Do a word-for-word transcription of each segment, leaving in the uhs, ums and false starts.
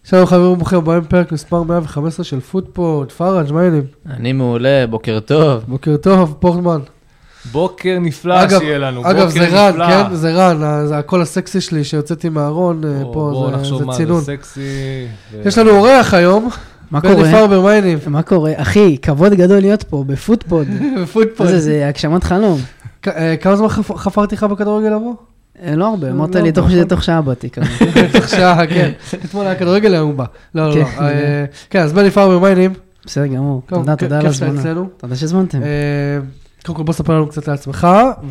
שלום חברים וברוכים הבאים פרק מספר מאה וחמש עשרה של פוטפוד, פארג' מה העניינים? אני מעולה, בוקר טוב. בוקר טוב, פורטמן. בוקר נפלא שיהיה לנו, בוקר נפלא. אגב, זה רן, כן, זה רן, זה הקול הסקסי שלי שיוצאתי מהארון, פה זה צינון. יש לנו אורח היום. מה קורה? בני פרבר, מה העניינים? מה קורה? אחי, כבוד גדול להיות פה, בפוטפוד. בפוטפוד. זה, זה הגשמת חלום. כמה זמן חפרתי לך בכדורגל לבוא? לא הרבה, אמרת לי תוך שעה באתי כזה. תוך שעה, כן. אתמול היה כדורגל היום בא. לא, לא, לא. כן, אז בני פרבר, מה העניינים? בסדר גמור. תודה, תודה על הזמנה. תודה שהזמנתם. קודם כל בוא ספר לנו קצת לעצמך,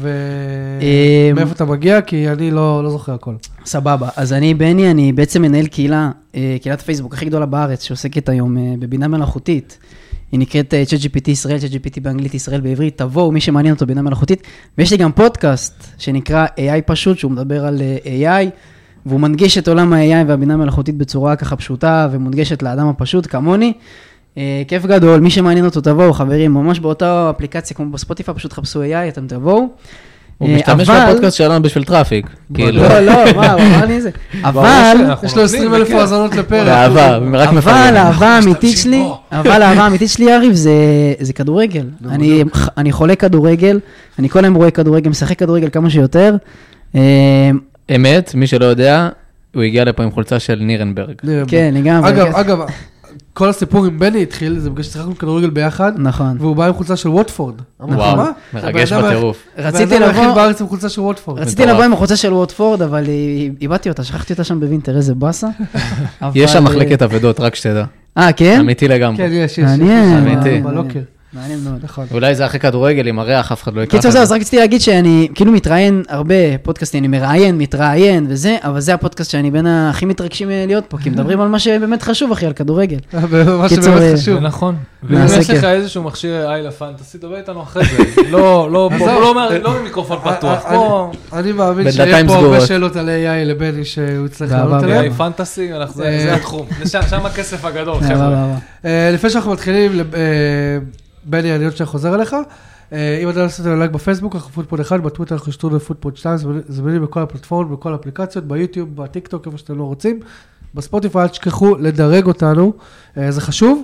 ומאיפה אתה מגיע, כי אני לא זוכר הכל. סבבה, אז אני בני, אני בעצם מנהל קהילה, קהילת הפייסבוק הכי גדולה בארץ, שעוסקת היום בבינה מלאכותית. היא נקראת ChatGPT ישראל, ChatGPT באנגלית ישראל בעברית, תבואו מי שמעניין אותו בינה מלאכותית. ויש לי גם פודקאסט שנקרא איי איי פשוט, שהוא מדבר על איי איי, והוא מנגיש את עולם ה-איי איי והבינה מלאכותית בצורה ככה פשוטה, ומונגשת לאדם הפשוט כמוני. כיף גדול, מי שמעניין אותו תבואו, חברים, ממש באותה אפליקציה כמו בספוטיפיי, פשוט חפשו איי איי, אתם תבואו. הוא משתמש בפודקאסט שלנו בשביל טראפיק. לא, לא, מה, הוא אמר לי זה. אבל, יש לו עשרים אלף האזנות לפרק. באהבה, רק מפרגן. אבל האהבה האמיתית שלי, אבל האהבה האמיתית שלי, יריב, זה כדורגל. אני חולה כדורגל, אני כל היום רואה כדורגל, משחק כדורגל כמה שיותר. אמת, מי שלא יודע, הוא הגיע לפה עם חולצה של נירנברג. כן, לגמרי. אגב, אגב, כל הסיפור עם בני התחיל, זה בגלל שצריכנו כדורגל ביחד. נכון. והוא בא עם חולצה של ווטפורד. וואו, מרגש בטירוף. רציתי לבוא בארץ עם חולצה של ווטפורד. רציתי לבוא עם החולצה של ווטפורד, אבל איבדתי אותה, שכחתי אותה שם בווינטר, איזה באסה. יש שם מחלקת עבדות, רק שתדע. אה, כן? אמיתי לגמרי. כן, יש, יש. מעניין. אמיתי. בלוקר. מעניין מאוד. נכון. אולי זה אחרי כדורגל, עם הריח, אף אחד לא יקח. קיצור זהו, אז רק רציתי להגיד שאני כאילו מתראיין הרבה פודקאסטים, אני מראיין, מתראיין וזה, אבל זה הפודקאסט שאני בין הכי מתרגשים להיות פה, כי מדברים על מה שבאמת חשוב, אחי, על כדורגל. מה שבאמת חשוב. נכון. ואם יש לך איזשהו מכשיר איי לפנטסי, דבר איתנו אחרי זה. לא במיקרופון פתוח. אני מאמין שיהיה פה הרבה שאלות על איי איי לבני שהוא יצטרך לענות עליהם. איי פנטסי, זה התחום. שם הכסף הגדול, חבר'ה. לפני שאנחנו מתחילים, בני, אני עוד שאני חוזר אליך. אם אתה לעשות לייק בפייסבוק, אנחנו פוטפוד אחד, בטוויטר אנחנו שטרודל פוטפוד שתיים, זמינים בכל הפלטפורמות, בכל האפליקציות, ביוטיוב, בטיקטוק, איפה שאתם לא רוצים. בספוטיפיי, אל תשכחו לדרג אותנו, זה חשוב.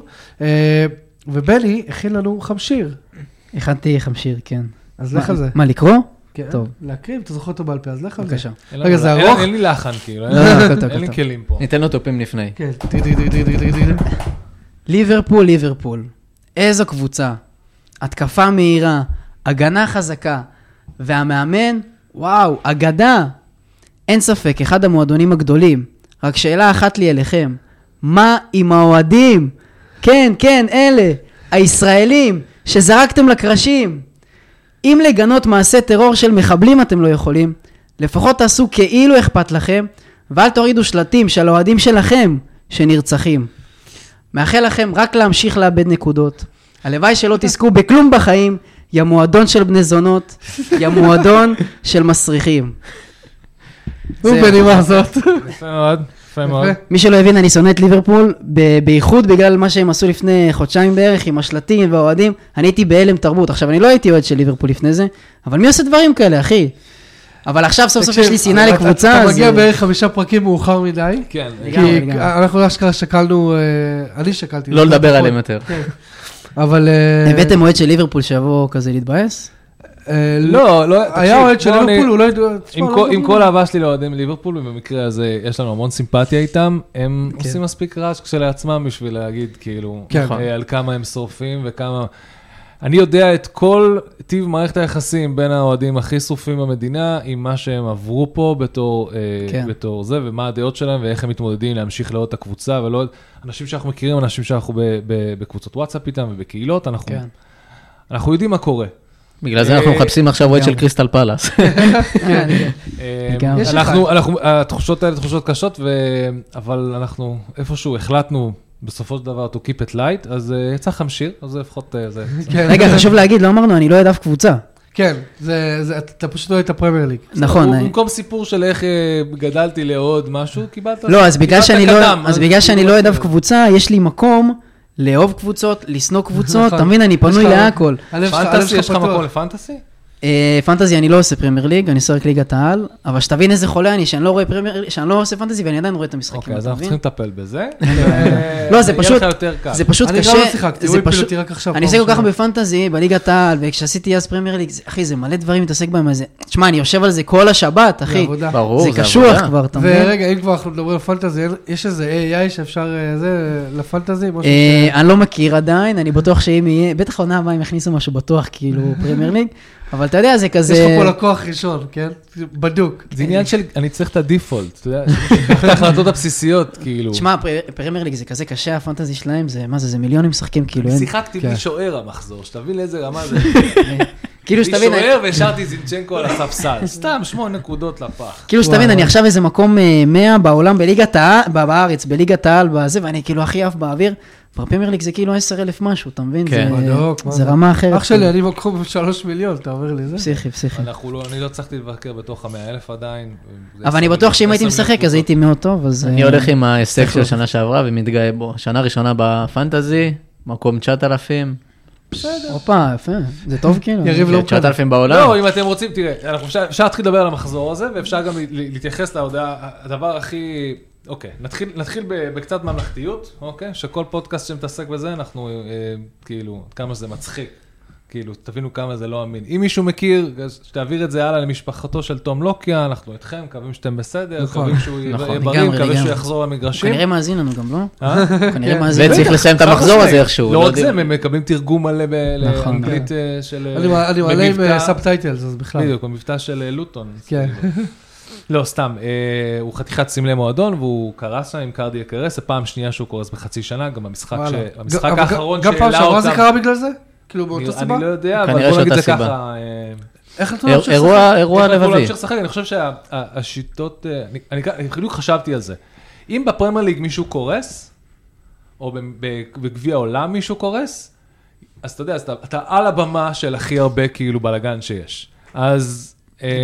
ובני הכין לנו חמשיר. הכנתי חמשיר, כן. אז לך על זה. מה, לקרוא? כן, טוב. להקריא, אתה זוכר אותו בעל פה, אז לך על זה. בבקשה. רגע, זה ארוך? אין לי לחן, כאילו. אין לי כלים פה. ניתן לו טופים לפני. כן. ליברפול, ליברפול. איזו קבוצה. התקפה מהירה, הגנה חזקה, והמאמן, וואו, אגדה. אין ספק, אחד המועדונים הגדולים. רק שאלה אחת לי אליכם. מה עם האוהדים? כן, כן, אלה, הישראלים שזרקתם לקרשים. אם לגנות מעשה טרור של מחבלים אתם לא יכולים, לפחות תעשו כאילו אכפת לכם, ואל תורידו שלטים של האוהדים שלכם שנרצחים. מאחל לכם רק להמשיך לאבד נקודות. הלוואי שלא תזכו בכלום בחיים, יא מועדון של בני זונות, יא מועדון של מסריחים. ובנימה זאת. יפה מאוד, יפה מאוד. מי שלא הבין, אני שונא את ליברפול, בייחוד בגלל מה שהם עשו לפני חודשיים בערך, עם השלטים והאוהדים. אני הייתי בהלם תרבות. עכשיו, אני לא הייתי אוהד של ליברפול לפני זה, אבל מי עושה דברים כאלה, אחי? אבל עכשיו סוף סוף יש לי שנאה לקבוצה. אתה מגיע בערך חמישה פרקים מאוחר מדי. כן. כי אנחנו אשכרה שקלנו, אני שקלתי. לא לדבר עליהם יותר. אבל... הבאתם אוהד של ליברפול שיבוא כזה להתבאס? לא, לא. היה אוהד של ליברפול, הוא לא ידעו... עם כל האהבה שלי לאוהדים ליברפול, ובמקרה הזה יש לנו המון סימפתיה איתם, הם עושים מספיק רעש כשלעצמם בשביל להגיד כאילו על כמה הם שורפים וכמה... אני יודע את כל טיב מערכת היחסים בין האוהדים הכי שרופים במדינה, עם מה שהם עברו פה בתור, כן. בתור זה, ומה הדעות שלהם, ואיך הם מתמודדים להמשיך לעוד את הקבוצה, ולא אנשים שאנחנו מכירים, אנשים שאנחנו ב, ב, בקבוצות וואטסאפ איתם ובקהילות, אנחנו, כן. אנחנו יודעים מה קורה. בגלל זה אנחנו מחפשים עכשיו אוהד של קריסטל פלאס. התחושות האלה תחושות קשות, אבל אנחנו איפשהו החלטנו, בסופו של דבר, to keep it light, אז יצא חמשיר, אז זה לפחות זה. רגע, חשוב להגיד, לא אמרנו, אני לא יודע אף קבוצה. כן, אתה פשוט לא היית הפרמייר ליג. נכון. במקום סיפור של איך גדלתי לעוד משהו, קיבלת... לא, אז בגלל שאני לא יודע אף קבוצה, יש לי מקום לאהוב קבוצות, לסנוע קבוצות, תמיד אני פנוי להכל. פנטסי, יש לך מקום לפנטסי? פנטזי אני לא עושה פרמייר ליג, אני עושה רק ליגת העל, אבל שתבין איזה חולה אני, שאני לא רואה פרמייר, שאני לא עושה פנטזי ואני עדיין רואה את המשחקים. אוקיי, אז אנחנו צריכים לטפל בזה. לא, זה פשוט, זה פשוט קשה. אני גם לא שיחקתי, הוא הפיל אותי רק עכשיו. אני עושה כל כך בפנטזי, בליגת העל, וכשעשיתי אז פרמייר ליג, אחי, זה מלא דברים מתעסק בהם על זה. תשמע, אני יושב על זה כל השבת, אחי. זה קשוח כבר, אתה מבין? ורגע, אם כבר אנחנו מדברים על פנטזי, יש איזה איי איי שאפשר, זה, לפנטזי, אני לא מכיר עדיין, אני בטוח שאם יהיה, בטח עונה הבאה הם יכניסו משהו בטוח, כאילו, פרמייר ליג, אבל אתה יודע, זה כזה... יש לך פה לקוח ראשון, כן? בדוק. זה עניין של, אני צריך את הדיפולט, אתה יודע, את ההחלטות הבסיסיות, כאילו. תשמע, פרמייר ליג זה כזה קשה, הפנטזי שלהם, זה, מה זה, זה מיליונים משחקים, כאילו. שיחקתי בלי שוער המחזור, שתבין לאיזה רמה זה. כאילו שתבין... שוער והשארתי זינצ'נקו על הספסל, סתם שמונה נקודות לפח. כאילו שתבין, אני עכשיו איזה מקום מאה בעולם בליגת העל, בארץ, בליגת העל, בזה, ואני כאילו הכי אף באוויר. פרמייר ליג זה כאילו עשר אלף משהו, אתה מבין? זה רמה אחרת. אח שלי, אני מקום בשלוש מיליון, אתה אומר לי זה? פסיכי, פסיכי. אני לא צריכתי לבקר בתוך המאה אלף עדיין. אבל אני בטוח שאם הייתי משחק, אז הייתי מאוד טוב, אז... אני הולך עם ההישג של שנה שעברה ומתגאה בו. שנה ראשונה בפנטזי, מקום תשעת אלפים. בסדר. אופה, יפה. זה טוב כאילו. יריב לא תשעת אלפים בעולם. לא, אם אתם רוצים, תראה, אפשר להתחיל לדבר על המחזור הזה, ואפשר גם להתייחס להודעה, הדבר הכי... אוקיי, נתחיל, נתחיל בקצת ממלכתיות, אוקיי? שכל פודקאסט שמתעסק בזה, אנחנו, אה, כאילו, כמה זה מצחיק. כאילו, תבינו כמה זה לא אמין. אם מישהו מכיר, שתעביר את זה הלאה למשפחתו של תום לוקיה, אנחנו איתכם, מקווים שאתם בסדר, מקווים שהוא יהיה בריא, מקווים שהוא יחזור למגרשים. כנראה מאזין לנו גם, לא? כנראה מאזין. וצריך לסיים את המחזור הזה איכשהו. לא רק זה, הם מקבלים תרגום מלא לאנגלית של... אני מעלה עם סאבטייטלס, אז בכלל. בדיוק, במבטא של לוטון. כן. לא, סתם, הוא חתיכת סמלי מועדון, והוא קרס עם קרדי הקרס, הפעם שנייה שהוא קורס בחצי שנה, גם המשחק האחרון גם פעם שעברה זה קרה בגלל זה? כאילו באותה סיבה? אני לא יודע, אבל בוא נגיד זה ככה. איך נתנו להמשיך לשחק? אירוע לבבי. אני חושב שהשיטות, אני בדיוק חשבתי על זה. אם בפרמייר ליג מישהו קורס, או בגביע העולם מישהו קורס, אז אתה יודע, אתה על הבמה של הכי הרבה כאילו בלגן שיש. אז...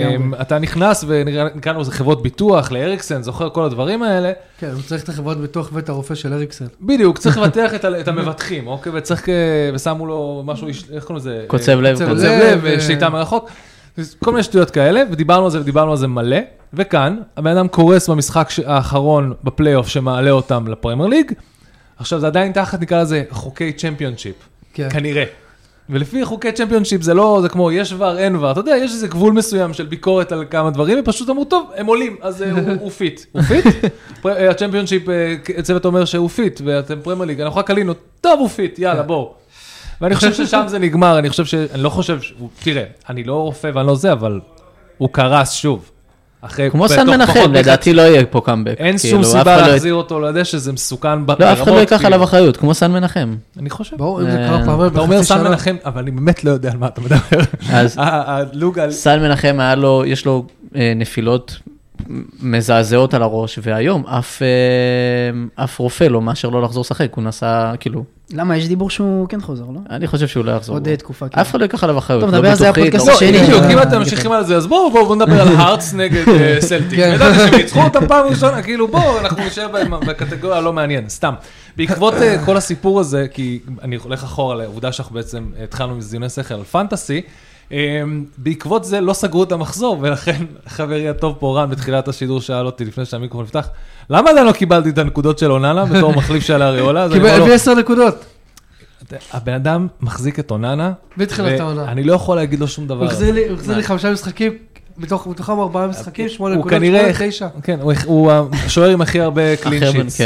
אתה נכנס ונקראנו זה חברות ביטוח, לאריקסן, זוכר כל הדברים האלה. כן, הוא צריך את החברות ביטוח ואת הרופא של אריקסן. בדיוק, צריך לבטח את המבטחים, אוקיי? וצריך, ושמו לו משהו, איך קוראים לזה? קוצב לב. קוצב לב, שליטה מרחוק. כל מיני שטויות כאלה, ודיברנו על זה ודיברנו על זה מלא. וכאן, הבן אדם קורס במשחק האחרון בפלייאוף שמעלה אותם לפרמייר ליג. עכשיו, זה עדיין תחת, נקרא לזה, חוקי צ'מפיונשיפ. כנראה. ולפי חוקי צ'מפיונשיפ זה לא, זה כמו יש ור, אין ור, אתה יודע, יש איזה גבול מסוים של ביקורת על כמה דברים, ופשוט אמרו, טוב, הם עולים, אז הוא פיט. הוא פיט? הצ'מפיונשיפ, הצוות אומר שהוא פיט, ואתם פרמייר ליג, אנחנו רק עלינו, טוב, הוא פיט, יאללה, בואו. ואני חושב ששם זה נגמר, אני חושב ש... אני לא חושב, תראה, אני לא רופא ואני לא זה, אבל הוא קרס שוב. כמו סן מנחם, לדעתי לא יהיה פה קאמבק. אין שום סיבה להחזיר אותו, לא יודע שזה מסוכן ברמות. לא, אף אחד לא ייקח עליו אחריות, כמו סן מנחם. אני חושב. ברור, אם זה קרה פעם אתה אומר סן מנחם, אבל אני באמת לא יודע על מה אתה מדבר. אז סן מנחם היה לו, יש לו נפילות מזעזעות על הראש, והיום אף רופא לא מאשר לא לחזור לשחק, הוא נסע, כאילו... למה? יש דיבור שהוא כן חוזר, לא? אני חושב שהוא לא יחזור. עוד תקופה. אף אחד לא ייקח עליו אחריות. טוב, נדבר על זה הפודקאסט השני. בדיוק, אם אתם ממשיכים על זה, אז בואו, בואו נדבר על הארטס נגד סלטיק. ידעתי שהם ייצחו אותם פעם ראשונה, כאילו בואו, אנחנו נשאר בקטגוריה לא מעניין, סתם. בעקבות כל הסיפור הזה, כי אני הולך אחורה לעובדה שאנחנו בעצם התחלנו מזיוני שכל על פנטסי, בעקבות זה לא סגרו את המחזור, ולכן חברי הטוב פה רן בתחילת השידור שאל אותי לפני שהמיקרופון נפתח, למה עדיין לא קיבלתי את הנקודות של אוננה בתור מחליף של אריולה? כי הביא עשר נקודות. הבן אדם מחזיק את אוננה, בתחילת העונה. אני לא יכול להגיד לו שום דבר. הוא החזיר לי חמישה משחקים, מתוכם ארבעה משחקים, שמונה נקודות, שמונה, תשע. כן, הוא השוער עם הכי הרבה קלין שיטס.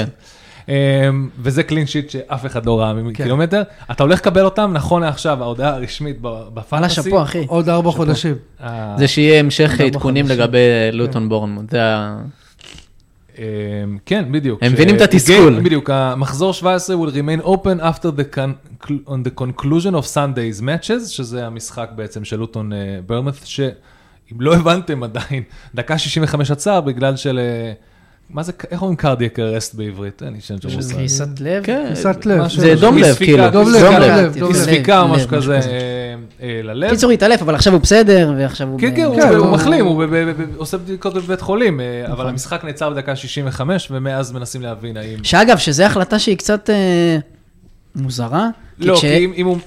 וזה קלין שיט שאף אחד לא ראה מקילומטר. אתה הולך לקבל אותם, נכון לעכשיו, ההודעה הרשמית בפנטסי. על השפו, אחי. עוד ארבע חודשים. זה שיהיה המשך עדכונים לגבי לוטון בורנמוט. זה ה... כן, בדיוק. הם מבינים את התסכול. בדיוק, המחזור שבע עשרה will remain open after the on the conclusion of Sunday's matches, שזה המשחק בעצם של לוטון ברמת, שאם לא הבנתם עדיין, דקה שישים וחמש עצר בגלל של... מה זה, איך אומרים קרדיאק ארסט בעברית? אני חושב שזה... קריסת לב? קריסת לב. זה דום לב, כאילו. דום לב. ספיקה או משהו כזה ללב. קיצור התעלף, אבל עכשיו הוא בסדר, ועכשיו הוא... כן, כן, הוא מחלים, הוא עושה בדיקות בבית חולים, אבל המשחק נעצר בדקה שישים וחמש, ומאז מנסים להבין האם... שאגב, שזו החלטה שהיא קצת... מוזרה. לא, כי אם הוא,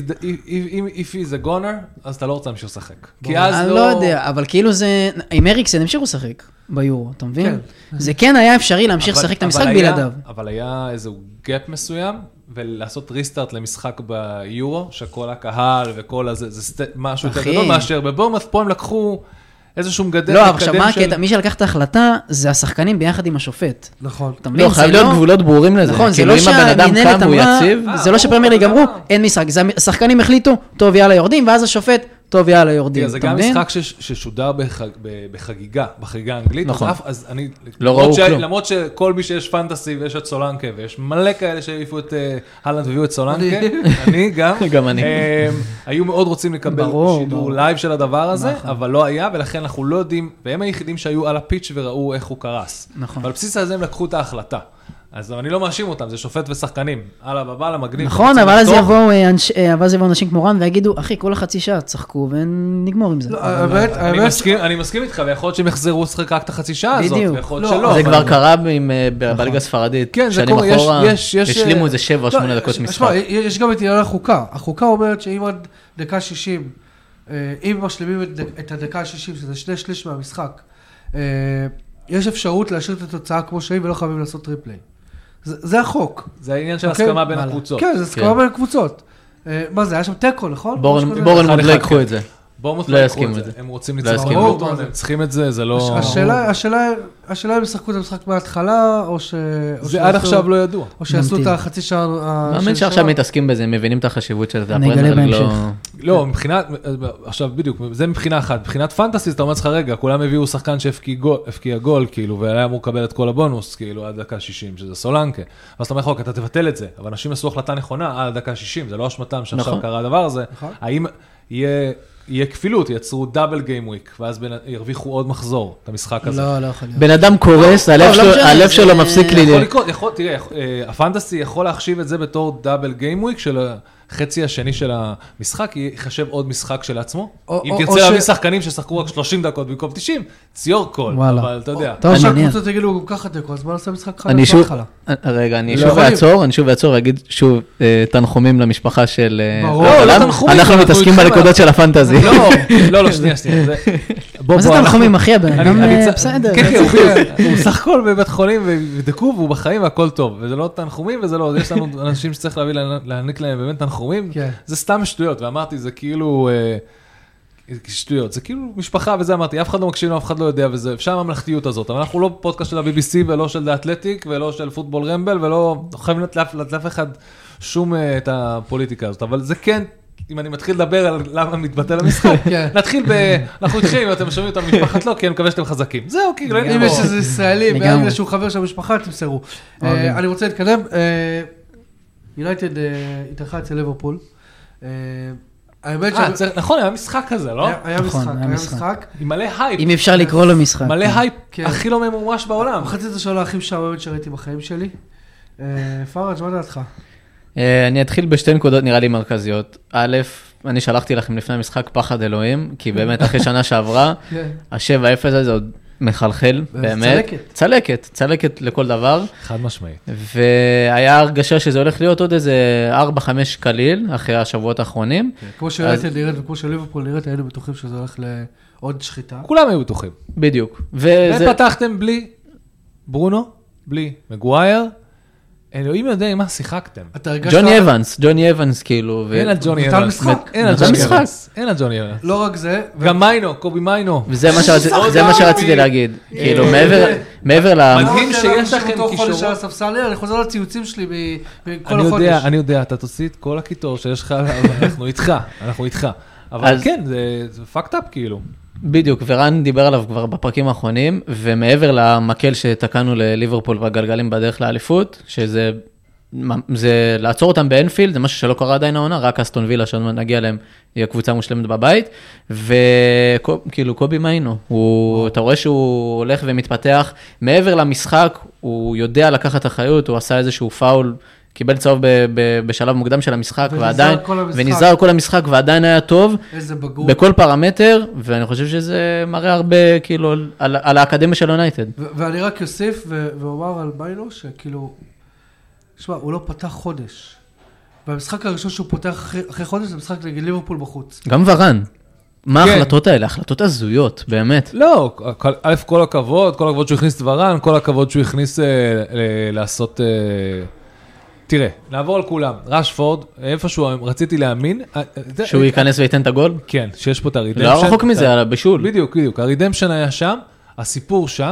if he's a goner, אז אתה לא רוצה להמשיך לשחק. כי אז לא... אני לא יודע, אבל כאילו זה, עם אריקסן המשיכו לשחק ביורו, אתה מבין? זה כן היה אפשרי להמשיך לשחק את המשחק בלעדיו. אבל היה איזשהו גאפ מסוים, ולעשות ריסטארט למשחק ביורו, שכל הקהל וכל הזה, זה משהו יותר גדול מאשר בבורמאות' פה הם לקחו איזשהו מגדל. לא, עכשיו מה הקטע? מי שלקח את ההחלטה, זה השחקנים ביחד עם השופט. נכון. לא, חייב להיות גבולות ברורים לזה. נכון, זה לא שהמנהלת אמרה, זה לא שפרמייר ליג אמרו, אין משחק. השחקנים החליטו, טוב, יאללה, יורדים, ואז השופט, טוב, יאללה, יורדים. זה גם משחק ששודר בחגיגה, בחגיגה האנגלית. נכון. אז אני... לא ראו כלום. למרות שכל מי שיש פנטסי ויש את סולנקה, ויש מלא כאלה שהעיפו את הלנד והביאו את סולנקה, אני גם. גם אני. היו מאוד רוצים לקבל שידור לייב של הדבר הזה, אבל לא היה, ולכן אנחנו לא יודעים, והם היחידים שהיו על הפיץ' וראו איך הוא קרס. נכון. ועל בסיס הזה הם לקחו את ההחלטה. אז אני לא מאשים אותם, זה שופט ושחקנים. הלאה, בבא, למגניב. נכון, אבל אז יבואו אנשים כמו רן ויגידו, אחי, כל החצי שעה צחקו ונגמור עם זה. אני מסכים איתך, ויכול להיות שהם יחזרו לשחק רק את החצי שעה הזאת, ויכול להיות שלא. זה כבר קרה בליגה הספרדית, שנים אחורה, השלימו איזה שבע או שמונה דקות משחק. יש גם את עניין החוקה. החוקה אומרת שאם עד דקה שישים, אם משלימים את הדקה ה-שישים, שזה שני שליש מהמשחק, יש אפשרות להשאיר את התוצאה כמו שהיא, ולא חייבים לעשות טריפליי. זה החוק. זה העניין של הסכמה בין הקבוצות. כן, זה הסכמה בין הקבוצות. מה זה, היה שם טקו, נכון? בורן מוד לא יקחו את זה. לא יסכימו את זה. הם רוצים לצחוק בלוטון, הם צריכים את זה, זה לא... השאלה אם ישחקו את המשחק מההתחלה, או ש... זה עד עכשיו לא ידוע. או שיעשו את החצי שעה... מאמין שעכשיו מתעסקים בזה, הם מבינים את החשיבות של זה. נגלה בהמשך. לא, מבחינת... עכשיו בדיוק, זה מבחינה אחת. מבחינת פנטסי, אתה אומר לך רגע, כולם הביאו שחקן שהפקיע גול, כאילו, והיה אמור לקבל את כל הבונוס, כאילו, עד דקה שישים, שזה סולנקה. ואז אתה אומר לך, אתה תבטל את זה, אבל אנשים עשו החלטה נכונה עד דקה שישים, זה לא אשמתם שעכשיו קרה הדבר הזה. האם יהיה יהיה כפילות, יצרו דאבל גיים וויק, ואז ירוויחו עוד מחזור, את המשחק הזה. לא, לא יכול להיות. בן אדם קורס, הלב שלו מפסיק לי... יכול לקרות, תראה, הפנטסי יכול להחשיב את זה בתור דאבל גיים וויק של החצי השני של המשחק, יחשב עוד משחק של עצמו. אם תרצה להביא שחקנים ששחקו רק שלושים דקות במקום תשעים, ציור קול, אבל אתה יודע. טוב, שהקבוצות תגידו גם ככה דקות, אז בוא נעשה משחק חלק בהתחלה. רגע, אני שוב אעצור, אני שוב אעצור ואגיד שוב תנחומים למשפחה של... ברור, לא תנחומים. אנחנו מתעסקים בנקודות של הפנטזי. לא, לא, שנייה, שנייה. מה זה תנחומים, אחי? הבן בסדר. כן, כן, הוא סך הכל בבית חולים ודקו, והוא בחיים והכל טוב. וזה לא תנחומים, וזה לא, יש לנו אנשים שצריך להביא להעניק להם באמת תנחומים. זה סתם שטויות, ואמרתי, זה כאילו שטויות, זה כאילו משפחה, וזה אמרתי, אף אחד לא מקשיב, אף אחד לא יודע, וזה אפשר הממלכתיות הזאת, אבל אנחנו לא פודקאסט של ה-בי בי סי, ולא של האתלטיק, ולא של פוטבול רמבל, ולא חייבים לאף אחד שום את הפוליטיקה הזאת, אבל זה כן, אם אני מתחיל לדבר על למה מתבטל המשחק, נתחיל ב... אנחנו איתכם, אם אתם שומעים את המשפחת לא, כי אני מקווה שאתם חזקים. זהו, כאילו, אם יש איזה ישראלי, באנגליה שהוא חבר של המשפחה, תמסרו. אני רוצה להתקדם. יונייטד התארחה אצל ליברפול. נכון, היה משחק כזה, לא? היה משחק, היה משחק. עם מלא הייפ. אם אפשר לקרוא לו משחק. מלא הייפ, הכי לא ממומש בעולם. מחצית השאלה הכי משעממת שראיתי בחיים שלי. פארג', מה דעתך? אני אתחיל בשתי נקודות נראה לי מרכזיות. א', אני שלחתי לכם לפני המשחק פחד אלוהים, כי באמת אחרי שנה שעברה, השבע אפס הזה עוד מחלחל, באמת. צלקת. צלקת, צלקת לכל דבר. חד משמעית. והיה הרגשה שזה הולך להיות עוד איזה ארבע חמש קליל, אחרי השבועות האחרונים. כמו שיונייטד נראית וכמו שליברפול נראית, היינו בטוחים שזה הולך לעוד שחיטה. כולם היו בטוחים. בדיוק. ופתחתם בלי ברונו, בלי מגווייר, אלוהים יודע מה שיחקתם. ג'וני אבנס, ג'וני אבנס כאילו. אין על ג'וני אבנס. אין על ג'וני אבנס. אין על ג'וני אבנס. לא רק זה. גם מיינו, קובי מיינו. וזה מה שרציתי להגיד. כאילו מעבר ל... מדהים שיש לכם קישור. אני חוזר לציוצים שלי מכל החודש. אני יודע, אתה תוציא את כל הקיטור שיש לך, אנחנו איתך, אנחנו איתך. אבל כן, זה fucked up כאילו. בדיוק, ורן דיבר עליו כבר בפרקים האחרונים, ומעבר למקל שתקענו לליברפול והגלגלים בדרך לאליפות, שזה זה לעצור אותם באנפילד, זה משהו שלא קרה עדיין העונה, רק אסטון וילה שנגיע להם, היא הקבוצה מושלמת בבית, וכאילו קובי מיינו, הוא, אתה רואה שהוא הולך ומתפתח, מעבר למשחק, הוא יודע לקחת אחריות, הוא עשה איזשהו פאול, קיבל צהוב בשלב מוקדם של המשחק, ועדיין, ונזהר כל המשחק, ועדיין היה טוב, בכל פרמטר, ואני חושב שזה מראה הרבה, כאילו, על האקדמיה של יונייטד. ואני רק אוסיף ואומר על מיינו, שכאילו, תשמע, הוא לא פתח חודש. והמשחק הראשון שהוא פותח אחרי חודש, זה משחק נגד ליברפול בחוץ. גם ורן. מה ההחלטות האלה? החלטות הזויות, באמת. לא, א', כל הכבוד, כל הכבוד שהוא הכניס את ורן, כל הכבוד שהוא הכניס לעשות... תראה, נעבור על כולם. רשפורד, איפשהו רציתי להאמין. שהוא ייכנס וייתן את הגול? כן, שיש פה את הרידמפשן. לא רחוק מזה, על הבישול. בדיוק, בדיוק. הרידמפשן היה שם, הסיפור שם.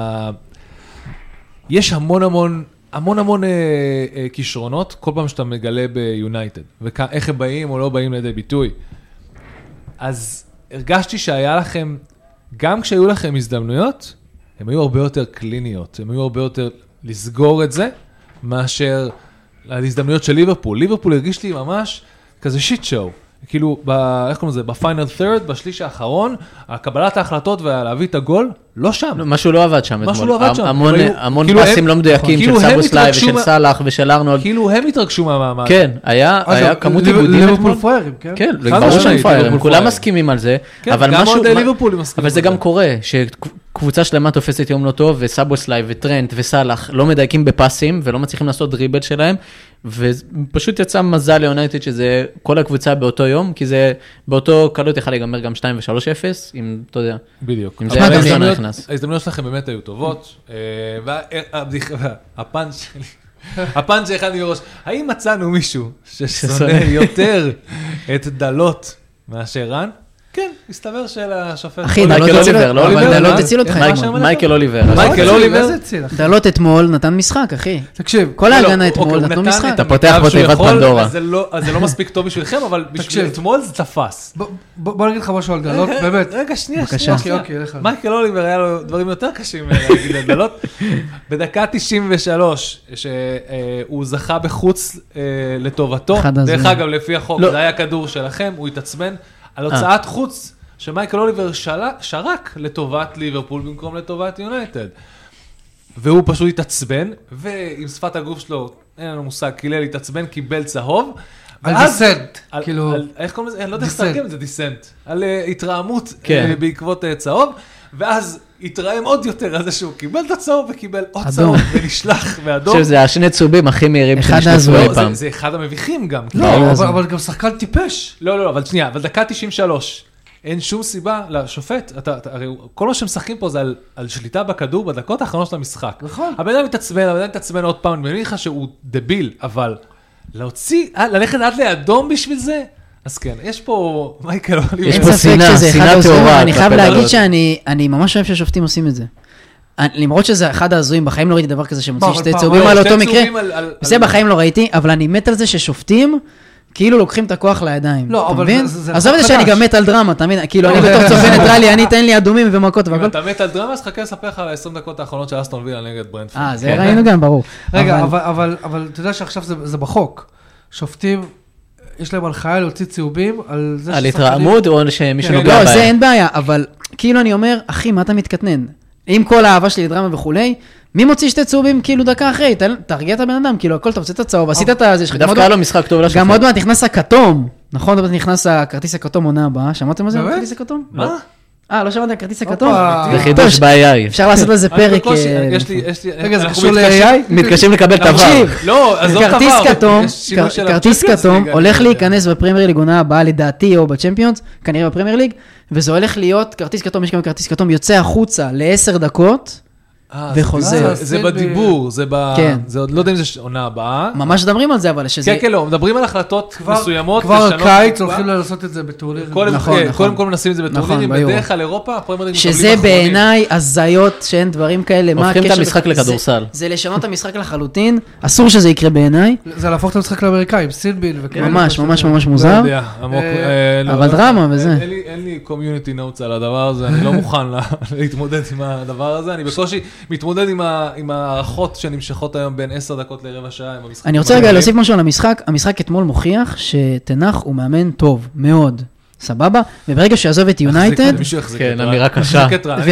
יש המון המון, המון המון כישרונות, כל פעם שאתה מגלה ביונייטד, ואיך הם באים או לא באים לידי ביטוי. אז הרגשתי שהיה לכם, גם כשהיו לכם הזדמנויות, הם היו הרבה יותר קליניות, הם היו הרבה יותר לסגור את זה, מאשר להזדמנויות של ליברפול. ליברפול הרגיש לי ממש כזה שיט שואו. כאילו, ב, איך קוראים לזה? בפיינל ת'רד, בשליש האחרון, הקבלת ההחלטות ולהביא את הגול, לא שם. משהו לא עבד שם. משהו לא עבד שם. המון, המון פסים לא מדויקים של סאבוסליי ושל סלאח ושל ארנולד. כאילו הם התרגשו מהמעמד. כן, היה, היה כמות עיבודים. ליברפול פריירים, כן? כן, ברור שהם פריירים, כולם מסכימים על זה. אבל משהו, אבל זה גם קורה, שקבוצה שלמה תופסת יום לא טוב, וסאבוסליי וטרנט וסלאח לא מדייקים בפסים, ולא מצליחים לעשות דריבל שלהם, ופשוט יצא מזל ליונייטד שזה כל הקבוצה באותו יום, כי זה באותו קלות יכול להיגמר גם שתיים ושלוש אפס, אם אתה יודע. בדיוק. אם זה היה גם לא נכנס. ההזדמנויות שלכם באמת היו טובות, והפאנץ' שלי, הפאנץ' שאחד מראש, האם מצאנו מישהו ששונא יותר את דלות מאשר רן? כן, מסתבר של השופט. אחי, מייקל אוליבר, לא אוליבר. דלות הציל אותך. מייקל אוליבר. מייקל אוליבר. דלות אתמול נתן משחק, אחי. תקשיב. כל ההגנה אתמול נתנו משחק. אתה פותח פה תיבת פנדורה. אז זה לא מספיק טוב בשבילכם, אבל בשביל אתמול זה תפס. בוא נגיד לך משהו על דלות, באמת. רגע, שנייה, בבקשה. שנייה. מייקל אוליבר היה לו דברים יותר קשים להגיד על דלות. בדקה תשעים ושלוש, שהוא זכה בחוץ לטובתו. דרך אגב, לפי החוק, זה היה כדור שלכם, הוא התעצבן. על הוצאת חוץ שמייקל אוליבר שרק לטובת ליברפול במקום לטובת יונייטד. והוא פשוט התעצבן, ועם שפת הגוף שלו, אין לנו מושג, קילל התעצבן, קיבל צהוב. על דיסנט, כאילו... איך קוראים לזה? אני לא יודע איך תרגם את זה, דיסנט. על התרעמות בעקבות צהוב, ואז התרעם עוד יותר על זה שהוא קיבל את הצהוב וקיבל עוד צהוב ונשלח באדום. שזה השני צהובים הכי מהירים שנשלחו אי פעם. זה אחד המביכים גם. לא, אבל גם שחקן טיפש. לא, לא, אבל שנייה, אבל דקה תשעים ושלוש. אין שום סיבה לשופט, הרי כל מה שמשחקים פה זה על שליטה בכדור בדקות האחרונות של המשחק. נכון. הבן אדם מתעצבן, הבן אדם מתעצבן עוד פעם, אני מבין לך שהוא דביל, אבל להוציא, ללכת עד לאדום בשביל זה? אז כן, יש פה מייקל אוליבר. יש פה שנאה, שנאה תאורה. אני חייב להגיד שאני ממש אוהב ששופטים עושים את זה. למרות שזה אחד הזויים, בחיים לא ראיתי דבר כזה שמוציא שתי צהובים על אותו מקרה. זה בחיים לא ראיתי, אבל אני מת על זה ששופטים, כאילו לוקחים את הכוח לידיים. לא, אבל זה... עזוב את זה שאני גם מת על דרמה, אתה מבין? כאילו אני בתור צופה ניטרלי, אני אתן לי אדומים ומכות והכל. אם אתה מת על דרמה, אז חכה לספר לך על ה-עשרים דקות האחרונות של אסטון וילה נגד ברנטפורד. אה, זה ראינו גם, ברור. רגע, אבל אתה יודע שעכשיו זה בחוק. שופטים, יש להם הנחיה להוציא צהובים על זה... על התרעמות או שמישהו נוגע בהם? בהם? לא, זה אין בעיה, אבל כאילו אני אומר, אחי, מה אתה מתקטנן? עם כל האהבה שלי לדרמה וכולי, מי מוציא שתי צהובים כאילו דקה אחרי? תרגיע את הבן אדם, כאילו הכל, אתה רוצה את הצהוב, עשית את זה... דווקא היה לו משחק טוב לשופט. גם עוד מעט נכנס הכתום, נכון? עוד מעט נכנס הכרטיס הכתום עונה הבאה, שמעתם על זה? הכרטיס הכתום? מה? אה, לא שמעתם על הכרטיס הכתום? זה חידוש ב-איי איי. אפשר לעשות על זה פרק... רגע, זה קשור ל-איי איי? מתקשים לקבל את עבר. לא, אז עוד כרטיס דבר. כתום, כרטיס כתום הולך להיכנס בפרמייר ליג עונה הבאה לדעתי או בצ'מפיונס, כנראה בפרמייר ליג, וזה הולך להיות כרטיס כתום, יש גם כרטיס כתום יוצא החוצה לעשר דקות, וחוזר. זה בדיבור, זה ב... זה עוד לא יודע אם זה עונה הבאה. ממש מדברים על זה, אבל שזה... כן, כן, לא, מדברים על החלטות מסוימות. כבר קיץ הולכים לעשות את זה בטורנירים. קודם כל מנסים את זה בטורנירים, בדרך כלל אירופה, שזה בעיניי הזיות שאין דברים כאלה. הופכים את המשחק לכדורסל. זה לשנות את המשחק לחלוטין, אסור שזה יקרה בעיניי. זה להפוך את המשחק לאמריקאים, סינבין וכאלה. ממש, ממש ממש מוזר. אבל דרמה וזה. אין לי קומיוניטי נוטס על הדבר הזה, אני לא מוכן להתמודד עם הדבר הזה, אני בקושי מתמודד עם הערכות שנמשכות היום בין עשר דקות לרבע שעה. אני רוצה רגע להוסיף משהו על המשחק. המשחק אתמול מוכיח שתנח הוא מאמן טוב, מאוד. סבבה? וברגע שיעזוב את יונייטד... כן, אמירה קשה.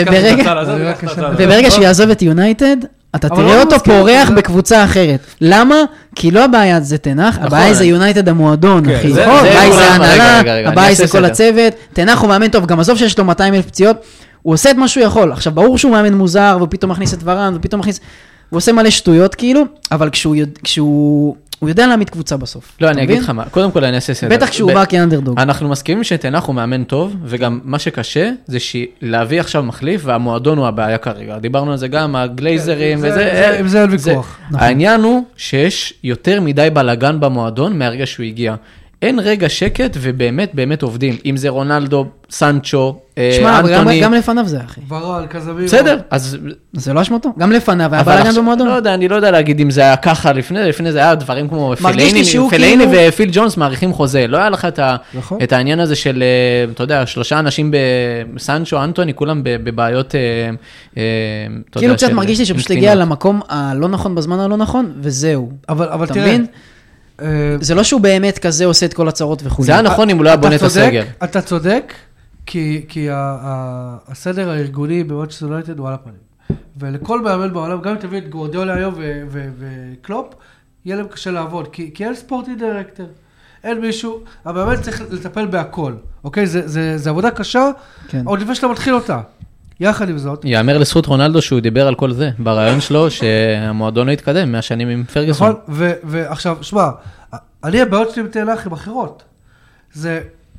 וברגע שיעזוב את יונייטד, אתה תראה אותו פורח בקבוצה אחרת. למה? כי לא הבעיה זה תנח, הבעיה זה יונייטד המועדון, אחי. הבעיה זה הנהלה, הבעיה זה כל הצוות. תנח הוא מאמן טוב, גם עזוב שיש לו מאתיים אלף פציעות, הוא עושה את מה שהוא יכול. עכשיו, ברור שהוא מאמן מוזר, ופתאום מכניס את ורן, ופתאום מכניס... הוא עושה מלא שטויות, כאילו, אבל כשהוא, כשהוא הוא יודע להעמיד קבוצה בסוף. לא, אני אגיד לך מה, קודם כל אני אעשה סדר. בטח כשהוא בא כאנדרדוג. אנחנו מסכימים שתנח הוא מאמן טוב, וגם מה שקשה זה להביא עכשיו מחליף, והמועדון הוא הבעיה כרגע. דיברנו על זה גם, הגלייזרים וזה. עם זה אין ויכוח. העניין הוא שיש יותר מדי בלגן במועדון מהרגע שהוא הגיע. אין רגע שקט ובאמת באמת עובדים. אם זה רונלדו, סנצ'ו, אנטוני. גם לפניו זה, אחי. ורל, קזמירו. בסדר, אז... זה לא אשמתו. גם לפניו, היה בלגן במועדון. לא יודע, אני לא יודע להגיד אם זה היה ככה לפני, לפני זה היה דברים כמו פלייני ופיל ג'ונס מעריכים חוזה. לא היה לך את העניין הזה של, אתה יודע, שלושה אנשים בסנצ'ו, אנטוני, כולם בבעיות... כאילו קצת מרגיש לי שפשוט הגיע למקום הלא נכון בזמן הלא נכון, וזהו. אבל תראה... זה לא שהוא באמת כזה עושה את כל הצרות וכו'. זה היה נכון אם הוא לא היה בונה את הסגל. אתה צודק, כי הסדר הארגוני במאנצ'סטר יונייטד הוא על הפנים. ולכל מאמן בעולם, גם אם תביא את גוארדיולה היום וקלופ, יהיה להם קשה לעבוד, כי אין ספורטי דירקטור. אין מישהו, המאמן צריך לטפל בהכל, אוקיי? זה עבודה קשה, עוד לפני שאתה מתחיל אותה. יחד עם זאת. יאמר לזכות רונלדו שהוא דיבר על כל זה, ברעיון שלו שהמועדון לא התקדם מהשנים עם פרגוסון. נכון, ועכשיו, שמע, אני הבעיות שלי עם תנח עם אחרות. זה,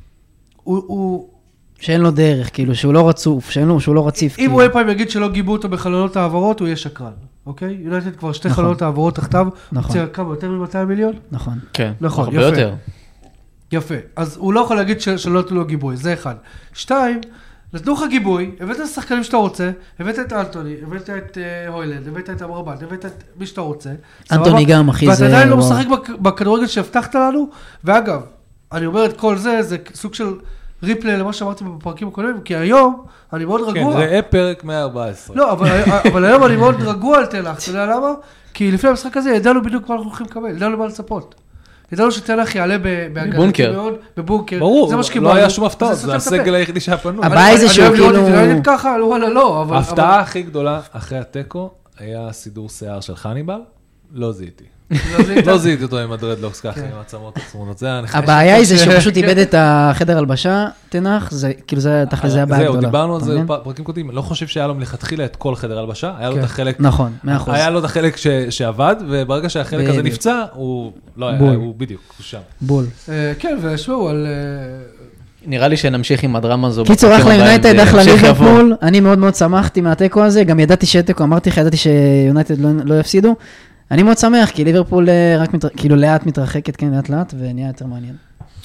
הוא... שאין לו דרך, כאילו, שהוא לא רצוף, שאין לו, שהוא לא רציף. אם הוא אי פעם יגיד שלא גיבו אותו בחלונות העברות, הוא יהיה שקרן, אוקיי? יונייטד כבר שתי חלונות העברות תחתיו, הציע כמה, יותר מ-מאתיים מיליון? נכון. כן, נכון, הרבה יותר. יפה, אז הוא לא יכול להגיד שלא נתנו לו גיבוי, זה אחד. שתיים, נתנו לך גיבוי, הבאת את השחקנים שאתה רוצה, הבאת את אנטוני, הבאת את הוילנד, הבאת את אמרבט, הבאת את מי שאתה רוצה. אנטוני גם, אחי, זה... ואתה עדיין לא משחק בכדורגל שהבטחת לנו, ואגב, אני אומר את כל זה, זה סוג של ריפלי למה שאמרתי בפרקים הקודמים, כי היום אני מאוד רגוע. כן, ראה פרק מאה וארבע עשרה. לא, אבל היום אני מאוד רגוע על תלך, אתה יודע למה? כי לפני המשחק הזה ידענו בדיוק מה אנחנו הולכים לקבל, ידענו מה לצפות. ידענו שתלך יעלה בבונקר. בבונקר. ברור, לא היה שום הפתעה, זה הסגל היחידי שהיה פנוי. הבעיה זה שהוא כאילו... אני אוהב לראות את ככה, וואלה לא, אבל... ההפתעה הכי גדולה אחרי הטקו היה סידור שיער של חניבל, לא זיהיתי. לא זיהיתי אותו עם הדרדלוקס ככה, עם העצמות עצמונות. הבעיה היא זה שהוא פשוט איבד את החדר הלבשה, תנח, כאילו זה תכלי זה הבעיה גדולה. זהו, דיברנו על זה בפרקים קודמים, לא חושב שהיה לו מלכתחילה את כל חדר הלבשה, היה לו את החלק... נכון, מאה אחוז. היה לו את החלק שעבד, וברגע שהחלק הזה נפצע, הוא לא היה, הוא בדיוק, הוא שם. בול. כן, ושמעו על... נראה לי שנמשיך עם הדרמה הזו. קיצור, אחלה יונייטד, אחלה ליברפול, אני מאוד מאוד שמחתי מהטקו הזה, גם ידעתי שטקו, אמרתי לך, ידעתי שיונייטד לא יפסידו. אני מאוד שמח, כי ליברפול רק כאילו לאט מתרחקת, כן, לאט לאט, ונהיה יותר מעניין.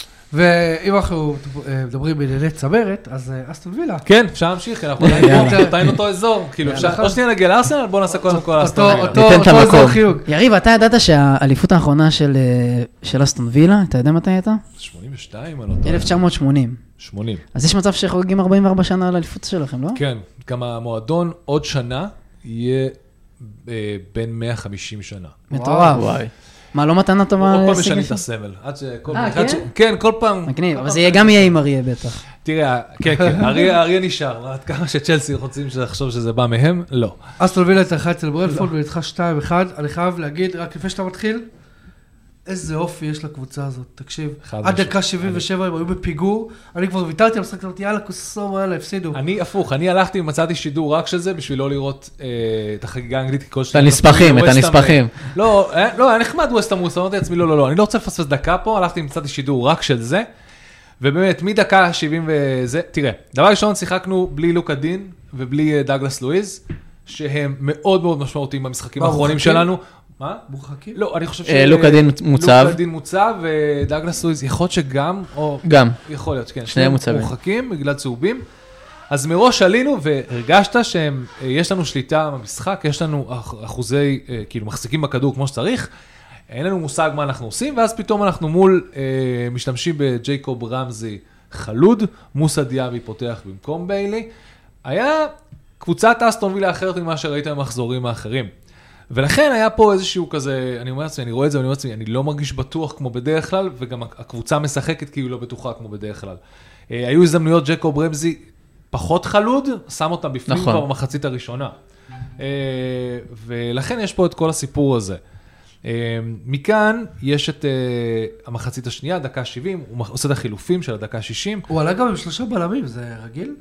ואם אנחנו מדברים בענייני צמרת, אז אסטון וילה. כן, אפשר להמשיך, אנחנו עדיין אותו אזור. כאילו, או שנייה נגיע לארסנל, בוא נעשה קודם כל אסטון וילה. ניתן את המקום. יריב, אתה ידעת שהאליפות האחרונה של אסטון וילה, אתה יודע מתי הייתה? שמונים ושתיים, אלף תשע מאות שמונים. שמונים. אז יש מצב שחוגגים ארבעים וארבע שנה על האליפות שלכם, לא? כן, גם המועדון עוד שנה יהיה בין מאה וחמישים שנה. מטורף. מה, לא מתנה טובה? עוד פעם משנים את הסמל. אה, כן? כן, כל פעם. מגניב, אבל זה גם יהיה עם אריה בטח. תראה, כן, כן, אריה נשאר. עד כמה שצ'לסי רוצים לחשוב שזה בא מהם, לא. אסטון וילה התארחה אצל ברנפורד וניצחה שתיים אחד. אני חייב להגיד, רק לפני שאתה מתחיל, איזה אופי יש לקבוצה הזאת, תקשיב. עד דקה שבעים ושבע הם היו בפיגור, אני כבר ויתרתי על משחק, אמרתי, יאללה, כוסום, יאללה, הפסידו. אני הפוך, אני הלכתי ומצאתי שידור רק של זה, בשביל לא לראות את החגיגה האנגלית. את הנספחים, את הנספחים. לא, לא, היה נחמד ווסטהאם, אמרתי לעצמי, לא, לא, לא, אני לא רוצה לפספס דקה פה, הלכתי ומצאתי שידור רק של זה, ובאמת, מדקה שבעים וזה, תראה, דבר ראשון, שיחקנו בלי לוקה דין ובלי דאגלס לואיז, שהם מאוד מאוד משמעותיים במשחקים האחרונים שלנו. מה? מורחקים? לא, אני חושב ש... לוקה דין מוצב. לוקה דין מוצב, ודאגלס לואיז, יכול להיות שגם, או... גם. יכול להיות, כן. שניהם מוצבים. מורחקים בגלל צהובים. אז מראש עלינו, והרגשת שיש לנו שליטה במשחק, יש לנו אחוזי, כאילו, מחזיקים בכדור כמו שצריך, אין לנו מושג מה אנחנו עושים, ואז פתאום אנחנו מול, משתמשים בג'ייקוב רמזי חלוד, מוסא דיאבי פותח במקום ביילי. היה קבוצת אסטון וילה אחרת ממה שראיתם במחזורים האחרים. ולכן היה פה איזשהו כזה, אני אומר לעצמי, אני רואה את זה, אני אומר לעצמי, אני לא מרגיש בטוח כמו בדרך כלל, וגם הקבוצה משחקת כי היא לא בטוחה כמו בדרך כלל. היו הזדמנויות, ג'קוב רמזי פחות חלוד, שם אותם בפנים כבר במחצית הראשונה. ולכן יש פה את כל הסיפור הזה. מכאן יש את המחצית השנייה, דקה שבעים, הוא עושה את החילופים של הדקה שישים. הוא עלה גם עם שלושה בלמים, זה רגיל?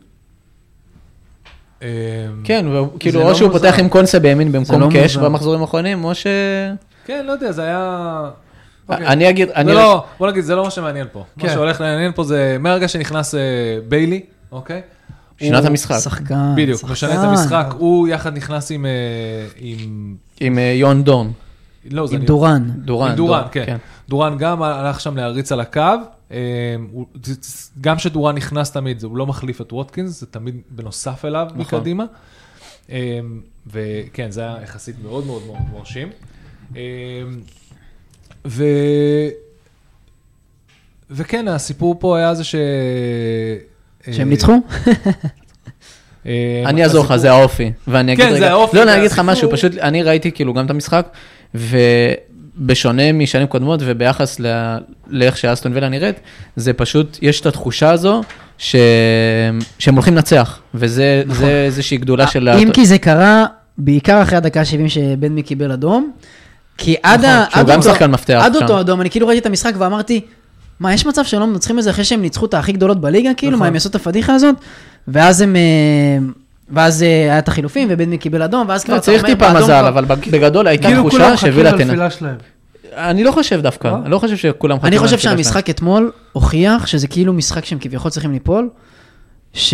כן, כאילו או שהוא פותח עם קונסה בימין במקום קש במחזורים האחרונים, או ש... כן, לא יודע, זה היה... אני אגיד, אני... לא, בוא נגיד, זה לא מה שמעניין פה. מה שהולך לעניין פה זה, מהרגע שנכנס ביילי, אוקיי? שינה את המשחק. שחקן. בדיוק, משנה את המשחק. הוא יחד נכנס עם... עם יון דורן. לא, זה... עם דורן. דורן, עם דורן, כן. דורן גם הלך שם להריץ על הקו. גם שדורן נכנס תמיד, הוא לא מחליף את ווטקינס, זה תמיד בנוסף אליו מקדימה. וכן, זה היה יחסית מאוד מאוד מאוד מרשים. ו... וכן, הסיפור פה היה זה ש... שהם ניצחו? אני אעזור לך, זה האופי. כן, זה האופי. לא, אני אגיד לך משהו, פשוט אני ראיתי כאילו גם את המשחק, ובשונה משנים קודמות, וביחס לאיך שאסטון וילה נראית, זה פשוט, יש את התחושה הזו, שהם הולכים לנצח, וזה איזושהי גדולה של... אם כי זה קרה, בעיקר אחרי הדקה שבעים שבן מי קיבל אדום, כי עד אותו אדום, אני כאילו ראיתי את המשחק ואמרתי, מה, יש מצב שהם לא מנצחים את זה אחרי שהם ניצחו את הכי גדולות בליגה, כאילו, מה, הם יעשו את הפדיחה הזאת? ואז הם, ואז היה את החילופים, ובן מי קיבל אדום, ואז כבר... צריך טיפה מזל, אבל בגדול הייתה תחושה שהבילה תנצח. אני לא חושב דווקא, אני לא חושב שכולם חושבים. אני חושב שהמשחק אתמול הוכיח שזה כאילו משחק שהם כביכול צריכים ליפול, ש...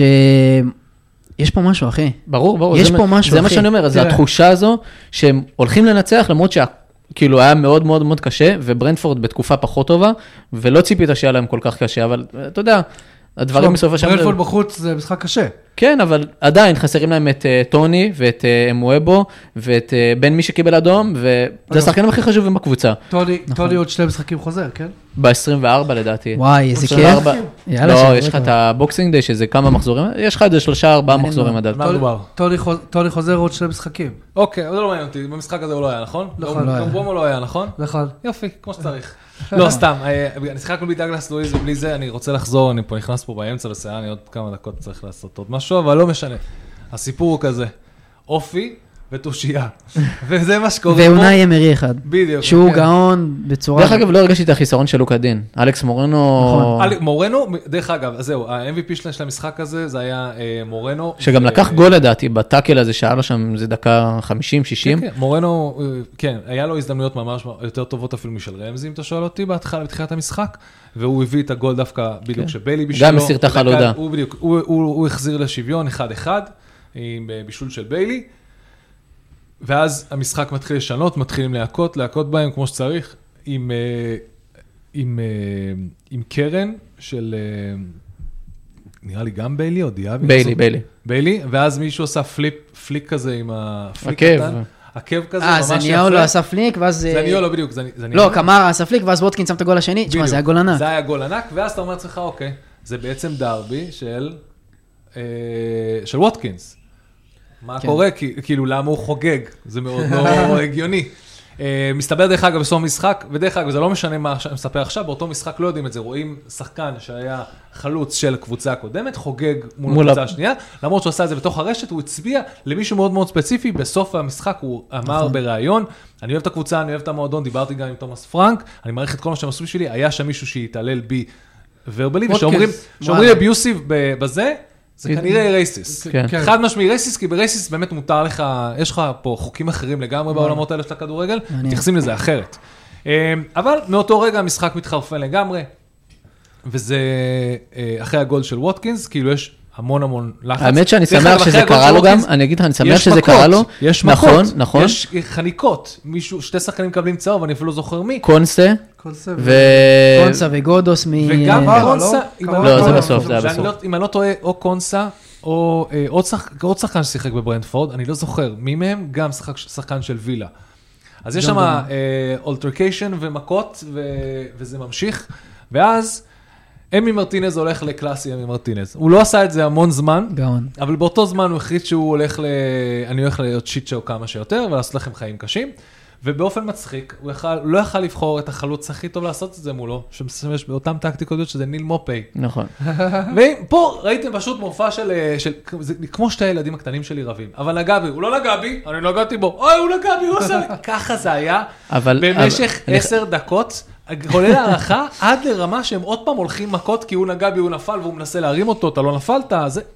יש פה משהו, אחי. ברור, ברור. יש פה משהו, אחי. זה מה שאני אומר, זה התחושה הזו שהם הולכים לנצח, למרות שכאילו היה מאוד מאוד מאוד קשה, וברנדפורד בתקופה פחות טובה, ולא ציפית שהיה להם כל כך קשה, אבל אתה יודע, הדברים בסוף השם... ברנדפורד בחוץ זה משחק קשה. כן, אבל עדיין חסרים להם את טוני, ואת אמואבו, ואת בן מי שקיבל אדום, וזה השחקנים הכי חשובים בקבוצה. טוני עוד שני משחקים חוזר, כן? ב-עשרים וארבע לדעתי. וואי, איזה כיף. לא, יש לך את הבוקסינג דיי, שזה כמה מחזורים, יש לך איזה שלושה, ארבעה מחזורים עד. טוני חוזר עוד שני משחקים. אוקיי, אבל זה לא מעניין אותי, במשחק הזה הוא לא היה, נכון? נכון. גם בומו לא היה, נכון? נכון. יופי, כמו שצריך. לא, סתם, אני שיחקנו בלי דאגלס לואיז ובלי זה, אני רוצה לחזור, אני פה נכנס פה באמצע לסייע, אני עוד כמה דקות צריך לעשות עוד משהו, אבל לא משנה. הסיפור הוא כזה, אופי ותושייה, וזה מה שקורה פה. ואונאי אמרי אחד. בדיוק. שהוא גאון בצורה... דרך אגב, לא הרגשתי את החיסרון של לוקה דין. אלכס מורנו... מורנו, דרך אגב, זהו, ה-אם וי פי של המשחק הזה, זה היה מורנו. שגם לקח גול לדעתי, בטאקל הזה, שהיה לו שם, זה דקה חמישים שישים. מורנו, כן, היה לו הזדמנויות ממש יותר טובות אפילו משל רמזי, אם אתה שואל אותי, בהתחלה, בתחילת המשחק, והוא הביא את הגול דווקא בדיוק שביילי בשבילו. גם מסיר את החלודה. הוא החזיר לשוויון אחד אחד, עם בישול של ביילי. ואז המשחק מתחיל לשנות, מתחילים להכות, להכות בהם כמו שצריך, עם, עם, עם קרן של, נראה לי גם ביילי או דיאבי? ביילי, ביילי. ביילי, ואז מישהו עשה פליפ, פליק כזה עם הפליק הקב. קטן. עקב כזה, ממש יפה. אה, זניולו עשה פליק, ואז... זניולו, בדיוק. לא, קמרה עשה פליק, ואז ווטקינס שם את הגול השני. תשמע, זה היה גול ענק. זה היה גול ענק, ואז אתה אומר לך, אוקיי, זה בעצם דרבי של, של ווטקינס. מה קורה? כאילו, למה הוא חוגג? זה מאוד לא הגיוני. מסתבר דרך אגב בסוף משחק, ודרך אגב זה לא משנה מה שאני מספר עכשיו, באותו משחק לא יודעים את זה, רואים שחקן שהיה חלוץ של קבוצה הקודמת, חוגג מול הקבוצה השנייה, למרות שהוא עשה את זה בתוך הרשת, הוא הצביע למישהו מאוד מאוד ספציפי, בסוף המשחק הוא אמר בראיון, אני אוהב את הקבוצה, אני אוהב את המועדון, דיברתי גם עם תומאס פרנק, אני מעריך את כל מה שהם עשו בשבילי, היה שם מישהו שהתעלל בי ורבלי, ושאומרים אביוסיב בזה, זה כנראה רייסיס. חד משמעי רייסיס, כי ברייסיס באמת מותר לך, יש לך פה חוקים אחרים לגמרי בעולמות האלה של הכדורגל, מתייחסים לזה אחרת. אבל מאותו רגע המשחק מתחרפן לגמרי, וזה אחרי הגול של ווטקינס, כאילו יש המון המון לחץ. האמת שאני שמח שזה קרה לו גם, אני אגיד לך, אני שמח שזה קרה לו. יש מכות, יש חניקות, שתי שחקנים מקבלים צהוב, אני אפילו לא זוכר מי. קונסה. קונסה וגודוס מ... וגם קונסה, לא, זה בסוף, זה היה בסוף. אם אני לא טועה, או קונסה, או עוד שחקן ששיחק בברנדפורד, אני לא זוכר, מי מהם גם שחקן של וילה. אז יש שם אולטרקיישן ומכות, וזה ממשיך, ואז אמי מרטינז הולך לקלאסי אמי מרטינז. הוא לא עשה את זה המון זמן, גאון. אבל באותו זמן הוא החליט שהוא הולך ל... אני הולך להיות שיט שואו כמה שיותר, ולעשות לכם חיים קשים. ובאופן מצחיק, הוא יכל, לא יכל לבחור את החלוץ הכי טוב לעשות את זה מולו, שמשתמש באותן טקטיקות שזה ניל מופי. נכון. ופה ראיתם פשוט מופע של, של זה, כמו שתי הילדים הקטנים שלי רבים. אבל נגע בי, הוא לא נגע בי, אני נגעתי בו. אוי, הוא נגע בי, הוא עושה לי. ככה זה היה. אבל, במשך אבל, עשר אני... דקות, כולל הערכה, עד לרמה שהם עוד פעם הולכים מכות, כי הוא נגע בי, הוא נפל, והוא מנסה להרים אותו, אתה לא נפלת, זה...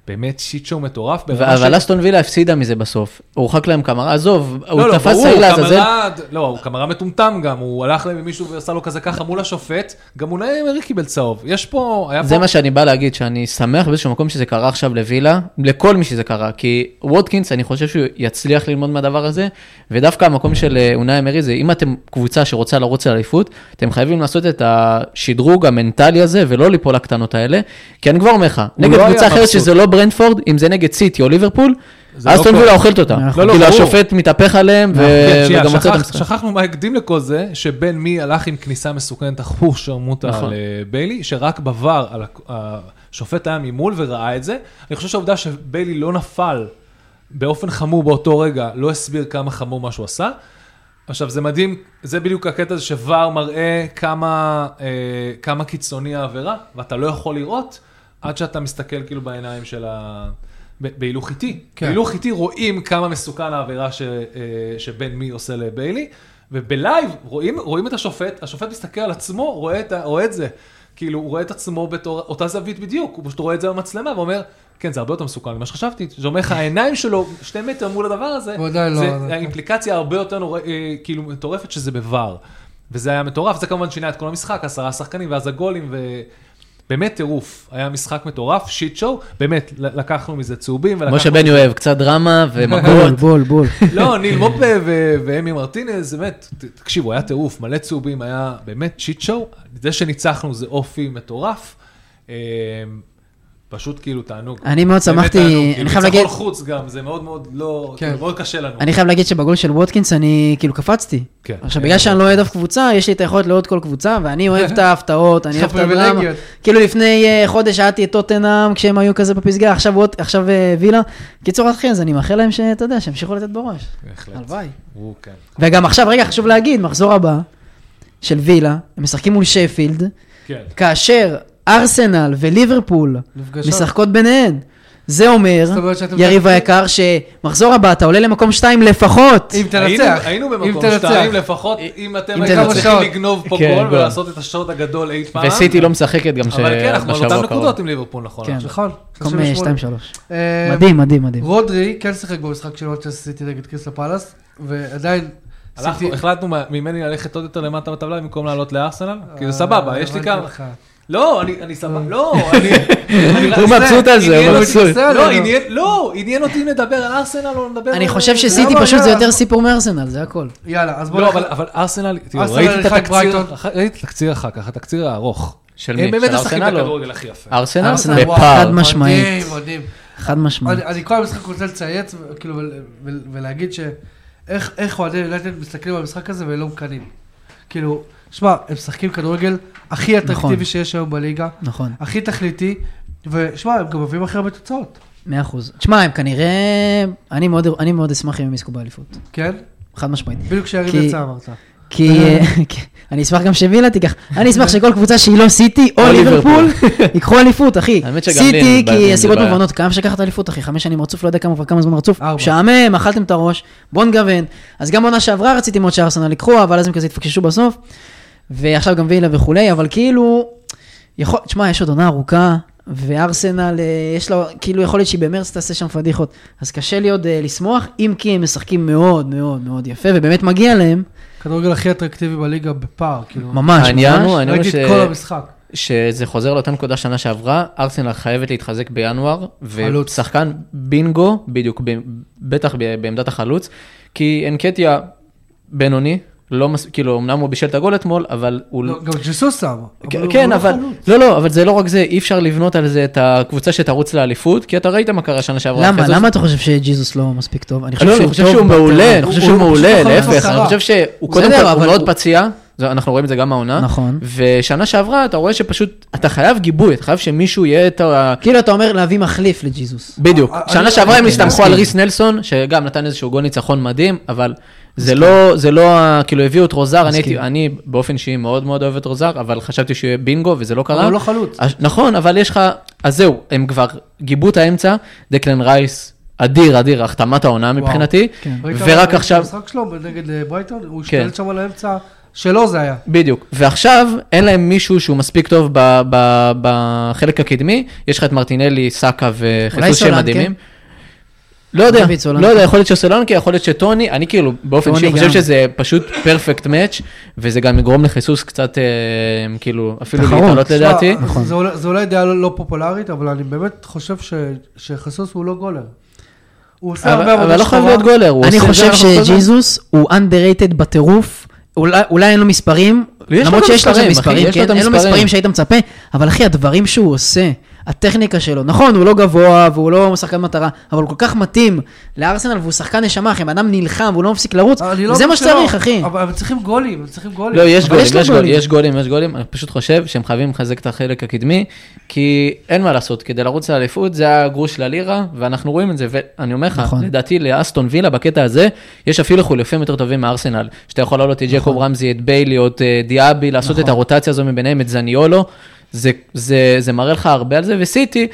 באמת שיט שואו מטורף. אבל אסטון וילה הפסידה מזה בסוף. הוא הורחק להם קמרה, עזוב, הוא תפס סעיל לעזאזל. לא, הוא קמרה מטומטם גם, הוא הלך להם עם מישהו ועשה לו כזה ככה מול השופט, גם הוא נאמר קיבל צהוב. יש פה, היה פה... זה מה שאני בא להגיד, שאני שמח באיזשהו מקום שזה קרה עכשיו לווילה, לכל מי שזה קרה, כי וודקינס, אני חושב שהוא יצליח ללמוד מהדבר הזה, ודווקא המקום של אונאי אמרי זה, אם אתם קבוצה שרוצה לרוץ לאליפות, אתם חייבים לעשות את השדרוג המנטלי הזה, ולא ליפול לקטנות האלה, כי אני כבר אומר לך, נגד קבוצה אחרת שזה לא ברנדפורד, אם זה נגד סיטי או ליברפול, אסטון וילה אוכלת אותה. כאילו השופט מתהפך עליהם וגם מוצא את המשחק. שכחנו מה הקדים לכל זה, שבן מי הלך עם כניסה מסוכנת, אחו שרמוטה לביילי, שרק בבר השופט היה ממול וראה את זה. אני חושב שהעובדה שביילי לא נפל באופן חמור באותו רגע, לא הסביר כמה חמור מה שהוא עשה. עכשיו זה מדהים, זה בדיוק הקטע הזה שוואר מראה כמה, אה, כמה קיצוני העבירה, ואתה לא יכול לראות עד שאתה מסתכל כאילו בעיניים של ה... בהילוך איטי. כן. בהילוך איטי רואים כמה מסוכן העבירה ש, אה, שבן מי עושה לביילי, ובלייב רואים, רואים את השופט, השופט מסתכל על עצמו, רואה את, רואה את זה, כאילו הוא רואה את עצמו בתור אותה זווית בדיוק, הוא פשוט רואה את זה במצלמה ואומר, כן, זה הרבה יותר מסוכן ממה שחשבתי. זה אומר לך, העיניים שלו, שתי מטר מול הדבר הזה, זה לא, האימפליקציה הרבה יותר נורא, כאילו מטורפת שזה בבר. וזה היה מטורף, זה כמובן שינה את כל המשחק, עשרה שחקנים ואז הגולים, ובאמת טירוף. היה משחק מטורף, שיט שואו, באמת, לקחנו מזה צהובים. משה בני אוהב, קצת דרמה ומגות. בול, בול. לא, ניל מופה ואמי מרטינז, באמת, תקשיבו, היה טירוף, מלא צהובים, היה באמת שיט שואו. זה שניצחנו זה אופי מטורף. פשוט כאילו תענוג. אני מאוד שמחתי, אני חייב להגיד... ניצחון חוץ גם, זה מאוד מאוד לא, מאוד קשה לנו. אני חייב להגיד שבגול של וודקינס אני כאילו קפצתי. עכשיו, בגלל שאני לא אוהד אף קוויצה, יש לי את היכולת לעוד כל קבוצה, ואני אוהב את ההפתעות, אני אוהב את הדרמה. כאילו לפני חודש שעתי את טוטנהאם, כשהם היו כזה בפסגה, עכשיו וילה. קיצור אחי, אז אני מאחל להם שאתה יודע, שהמשיכו לתת בראש. הלוואי. וגם עכשיו, רגע, חשוב להגיד, מחזור הבא של וילה, הם משחקים מול שפילד, כאשר ארסנל וליברפול משחקות ביניהן. זה אומר, יריב היקר, שמחזור הבא אתה עולה למקום שתיים לפחות. אם תנצח. היינו במקום שתיים לפחות, אם אתם הייתם צריכים לגנוב פה גול ולעשות את השעות הגדול אי פעם. וסיטי לא משחקת גם בשבוע אבל כן, אנחנו על אותם נקודות עם ליברפול, נכון. נכון. מקום שתיים שלוש. מדהים, מדהים, מדהים. רודרי כן שיחק במשחק של מנצ'סטר סיטי נגד קריסטל פלאס, ועדיין... החלטנו ממני ללכת עוד יותר למטה בטבלה במקום לעלות לארסנל, כי זה סבבה, יש לי כמה. לא, אני סבבה, לא, הוא מבסוט על זה, הוא מבסוט. לא, עניין אותי לדבר על ארסנל או לדבר... אני חושב שסיטי פשוט זה יותר סיפור מארסנל, זה הכל. יאללה, אז בוא... לא, אבל ארסנל, ראיתי את התקציר אחר כך, התקציר הארוך. של מי? הם באמת משחקים את הכדורגל הכי יפה. ארסנל? ארסנל, חד משמעית. מדהים, מדהים. חד משמעית. אני כל המשחק רוצה לצייץ, ולהגיד שאיך אוהדי יונייטד מסתכלים על המשחק הזה ולא מקנים. כאילו, שמע, הם משחקים כדורגל הכי אטרקטיבי שיש היום בליגה. נכון. הכי תכליתי, ושמע, הם גם מביאים הכי הרבה תוצאות. מאה אחוז. תשמע, הם כנראה, אני מאוד, אני מאוד אשמח אם הם יזכו באליפות. כן? חד משמעית. בדיוק שיריב יצא אמרת. כי, אני אשמח גם שווילה תיקח. אני אשמח שכל קבוצה שהיא לא סיטי או ליברפול, ייקחו אליפות, אחי. סיטי, כי הסיבות מובנות, כמה שקחת אליפות, אחי, חמש שנים רצוף, לא יודע כמה, כמה זמן רצוף. שעמם, אכלתם את הראש, בוא נגוון. אז גם בעונה שעברה רציתי מאוד שארסנל לקחו, אבל אז הם כזה התפקששו בסוף. ועכשיו גם וילה וכולי, אבל כאילו, יכול, תשמע, יש עוד עונה ארוכה, וארסנל, יש לו, כאילו יכול להיות שהיא במרץ תעשה שם פדיחות, אז קשה לי עוד לשמוח, אם כי הם משחקים מאוד מאוד מאוד יפה, ובאמת מגיע להם. כדורגל הכי אטרקטיבי בליגה בפער, כאילו. ממש, ממש. ראיתי את כל המשחק. שזה חוזר לאותה נקודה שנה שעברה, ארסנל חייבת להתחזק בינואר, ושחקן בינגו, בדיוק, בטח בעמדת החלוץ, כי אנקטיה בינוני, לא, כאילו, אמנם הוא בישל את הגול אתמול, אבל הוא... גם ג'סוס שם. כן, אבל... לא, לא, אבל זה לא רק זה, אי אפשר לבנות על זה את הקבוצה שתרוץ לאליפות, כי אתה ראית מה קרה שנה שעברה. למה? למה אתה חושב שג'סוס לא מספיק טוב? אני חושב שהוא מעולה, אני חושב שהוא מעולה, להפך, אני חושב שהוא קודם כל, הוא מאוד פציע, אנחנו רואים את זה גם מהעונה. נכון. ושנה שעברה, אתה רואה שפשוט, אתה חייב גיבוי, אתה חייב שמישהו יהיה את ה... כאילו אתה אומר להביא מחליף לג'סוס. בדיוק. שנה שעברה הם הסתמכו על ריס נלסון, שגם נתן איזשהו גול ניצחון מדהים, אבל זה לא, זה לא, כאילו הביאו את רוזר, אני הייתי, אני באופן שהיא מאוד מאוד אוהב את רוזר, אבל חשבתי שיהיה בינגו, וזה לא קרה. הוא לא חלוץ. נכון, אבל יש לך, אז זהו, הם כבר גיבו את האמצע, דקלן רייס, אדיר, אדיר, החתמת העונה מבחינתי, ורק עכשיו... המשחק שלו נגד ברייטון, הוא השתלט שם על האמצע, שלא זה היה. בדיוק. ועכשיו אין להם מישהו שהוא מספיק טוב ב- ב- בחלק הקדמי, יש לך את מרטינלי, סאקה וחיסוס שהם מדהימים. לא יודע, לא יודע, יכול להיות שסולנקה, יכול להיות שטוני, אני כאילו באופן אישי חושב שזה פשוט פרפקט מאץ', וזה גם יגרום לחיסוס קצת, כאילו, אפילו להתעלות לדעתי. זה אולי דעה לא פופולרית, אבל אני באמת חושב שחיסוס הוא לא גולר. אבל לא חייב להיות גולר. אני חושב שג'יזוס הוא underrated בטירוף, אולי אין לו מספרים, למרות שיש לו מספרים, אין לו מספרים שהיית מצפה, אבל אחי, הדברים שהוא עושה, הטכניקה שלו, נכון, הוא לא גבוה, והוא לא שחקן מטרה, אבל הוא כל כך מתאים לארסנל, והוא שחקן נשמה, אחי, אדם נלחם, והוא לא מפסיק לרוץ, וזה מה שצריך, אחי. אבל הם צריכים גולים, הם צריכים גולים. לא, יש גולים, יש גולים, יש גולים, יש גולים, אני פשוט חושב שהם חייבים לחזק את החלק הקדמי, כי אין מה לעשות, כדי לרוץ לאליפות, זה הגרוש ללירה, ואנחנו רואים את זה, ואני אומר לך, לדעתי, לאסטון וילה, בקטע הזה, יש אפילו חילופים יותר טובים מארסנל, שאתה יכול לעלות את ג'קוב רמזי, את ביילי, או את דיאבי, לעשות את הרוטציה הזו מביניהם, את זניולו. זה, זה, זה מראה לך הרבה על זה, וסיטי,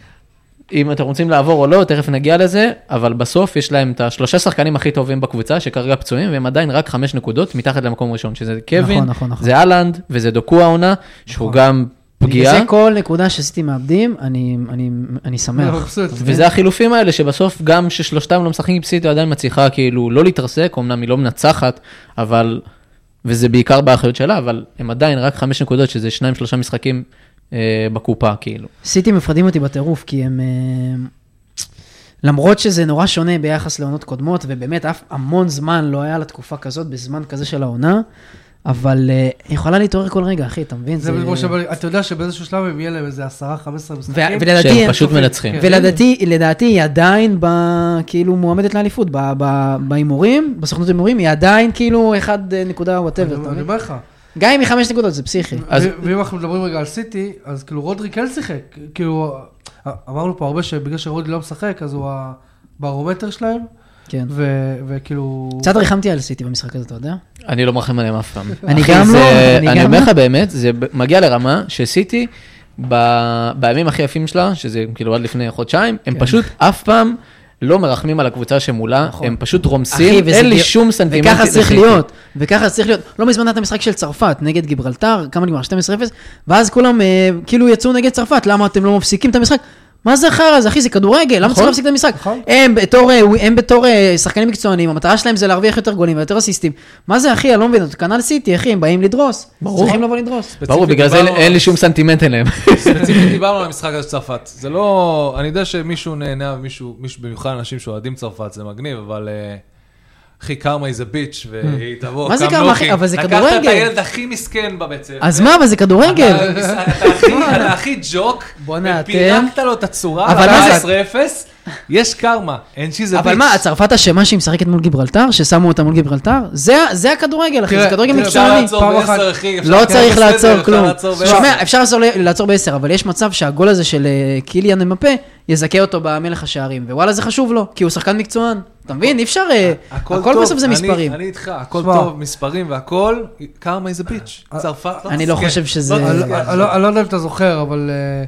אם אתם רוצים לעבור או לא, תכף נגיע לזה, אבל בסוף יש להם את השלושה שחקנים הכי טובים בקבוצה, שכרגע פצועים, והם עדיין רק חמש נקודות מתחת למקום ראשון, שזה קווין, נכון, נכון, נכון. זה אלנד, וזה דוקו העונה, שהוא נכון. גם פגיעה. וזה כל נקודה שסיטי מאבדים, אני, אני, אני שמח. וזה החילופים האלה, שבסוף גם ששלושתם לא משחקים עם סיטי, עדיין מצליחה כאילו לא להתרסק, אמנם היא לא מנצחת, אבל... וזה בעיקר באחריות שלה, אבל הם עדיין רק חמש נקודות, שזה שניים, שלושה משחקים אה, בקופה, כאילו. סיטי מפחדים אותי בטירוף, כי הם, אה, למרות שזה נורא שונה ביחס לעונות קודמות, ובאמת אף המון זמן לא היה לתקופה כזאת, בזמן כזה של העונה, אבל היא uh, יכולה להתעורר כל רגע, אחי, אתה מבין? זה כמו שבא, אתה יודע שבאיזשהו שלב הם יהיה להם איזה עשרה, חמש עשרה משחקים, שהם פשוט מנצחים. ולדעתי, לדעתי היא עדיין כאילו מועמדת לאליפות, בהימורים, בסוכנות הימורים, היא עדיין כאילו אחד נקודה וואטאבר. אני אומר לך. גם אם היא חמש נקודות, זה פסיכי. ואם אנחנו מדברים רגע על סיטי, אז כאילו רודרי כן שיחק, כאילו, אמרנו פה הרבה שבגלל שרודרי לא משחק, אז הוא הברומטר שלהם, כן. וכאילו... קצת ריחמתי על סיטי במשחק הזה, אתה יודע? אני לא מרחם עליהם אף פעם. אני גם לא. אני אומר לך באמת, זה מגיע לרמה שסיטי, בימים הכי יפים שלה, שזה כאילו עד לפני חודשיים, הם פשוט אף פעם לא מרחמים על הקבוצה שמולה, הם פשוט רומסים, אין לי שום סנטימנט. וככה צריך להיות, וככה צריך להיות. לא מזמן את המשחק של צרפת, נגד גיברלטר, כמה נגמר, שתים עשרה אפס, ואז כולם כאילו יצאו נגד צרפת, למה אתם לא מפסיקים את המשחק? מה זה אחר הזה, אחי? זה כדורגל, למה צריך להפסיק את המשחק? הם בתור, הם בתור שחקנים מקצוענים, המטרה שלהם זה להרוויח יותר גולים ויותר אסיסטים. מה זה, אחי? אני לא מבין, קנל סיטי, אחי, הם באים לדרוס. צריכים לבוא לדרוס. ברור, בגלל זה אין לי שום סנטימנט אליהם. ספציפית דיברנו על המשחק הזה צרפת. זה לא, אני יודע שמישהו נהנה, מישהו, במיוחד אנשים שאוהדים צרפת, זה מגניב, אבל... אחי, קרמה איזה ביץ' והיא תבוא, מה זה קרמה, אחי? אבל זה כדורגל. לקחת את הילד הכי מסכן בבית. אז מה, אבל זה כדורגל. אתה הכי ג'וק, ופירקת לו את הצורה, אבל עשרה אפס, יש קרמה, אין שיזה ביץ'. אבל מה, הצרפת השמה שהיא משחקת מול גיברלטר, ששמו אותה מול גיברלטר, זה הכדורגל, אחי, זה כדורגל מקצועני. לא צריך לעצור כלום. שומע, אפשר לעצור בעשר, אבל יש מצב שהגול הזה של קיליאן אמבפה יזכה אותו במלך השערים, ווואלה זה חשוב לו, כי הוא שחקן מקצוען. אתה מבין? אי אפשר, הכל בסוף זה מספרים. אני איתך, הכל טוב, מספרים והכל, קרמה איזה ביץ', צרפת. אני לא חושב שזה... אני לא יודע אם אתה זוכר, אבל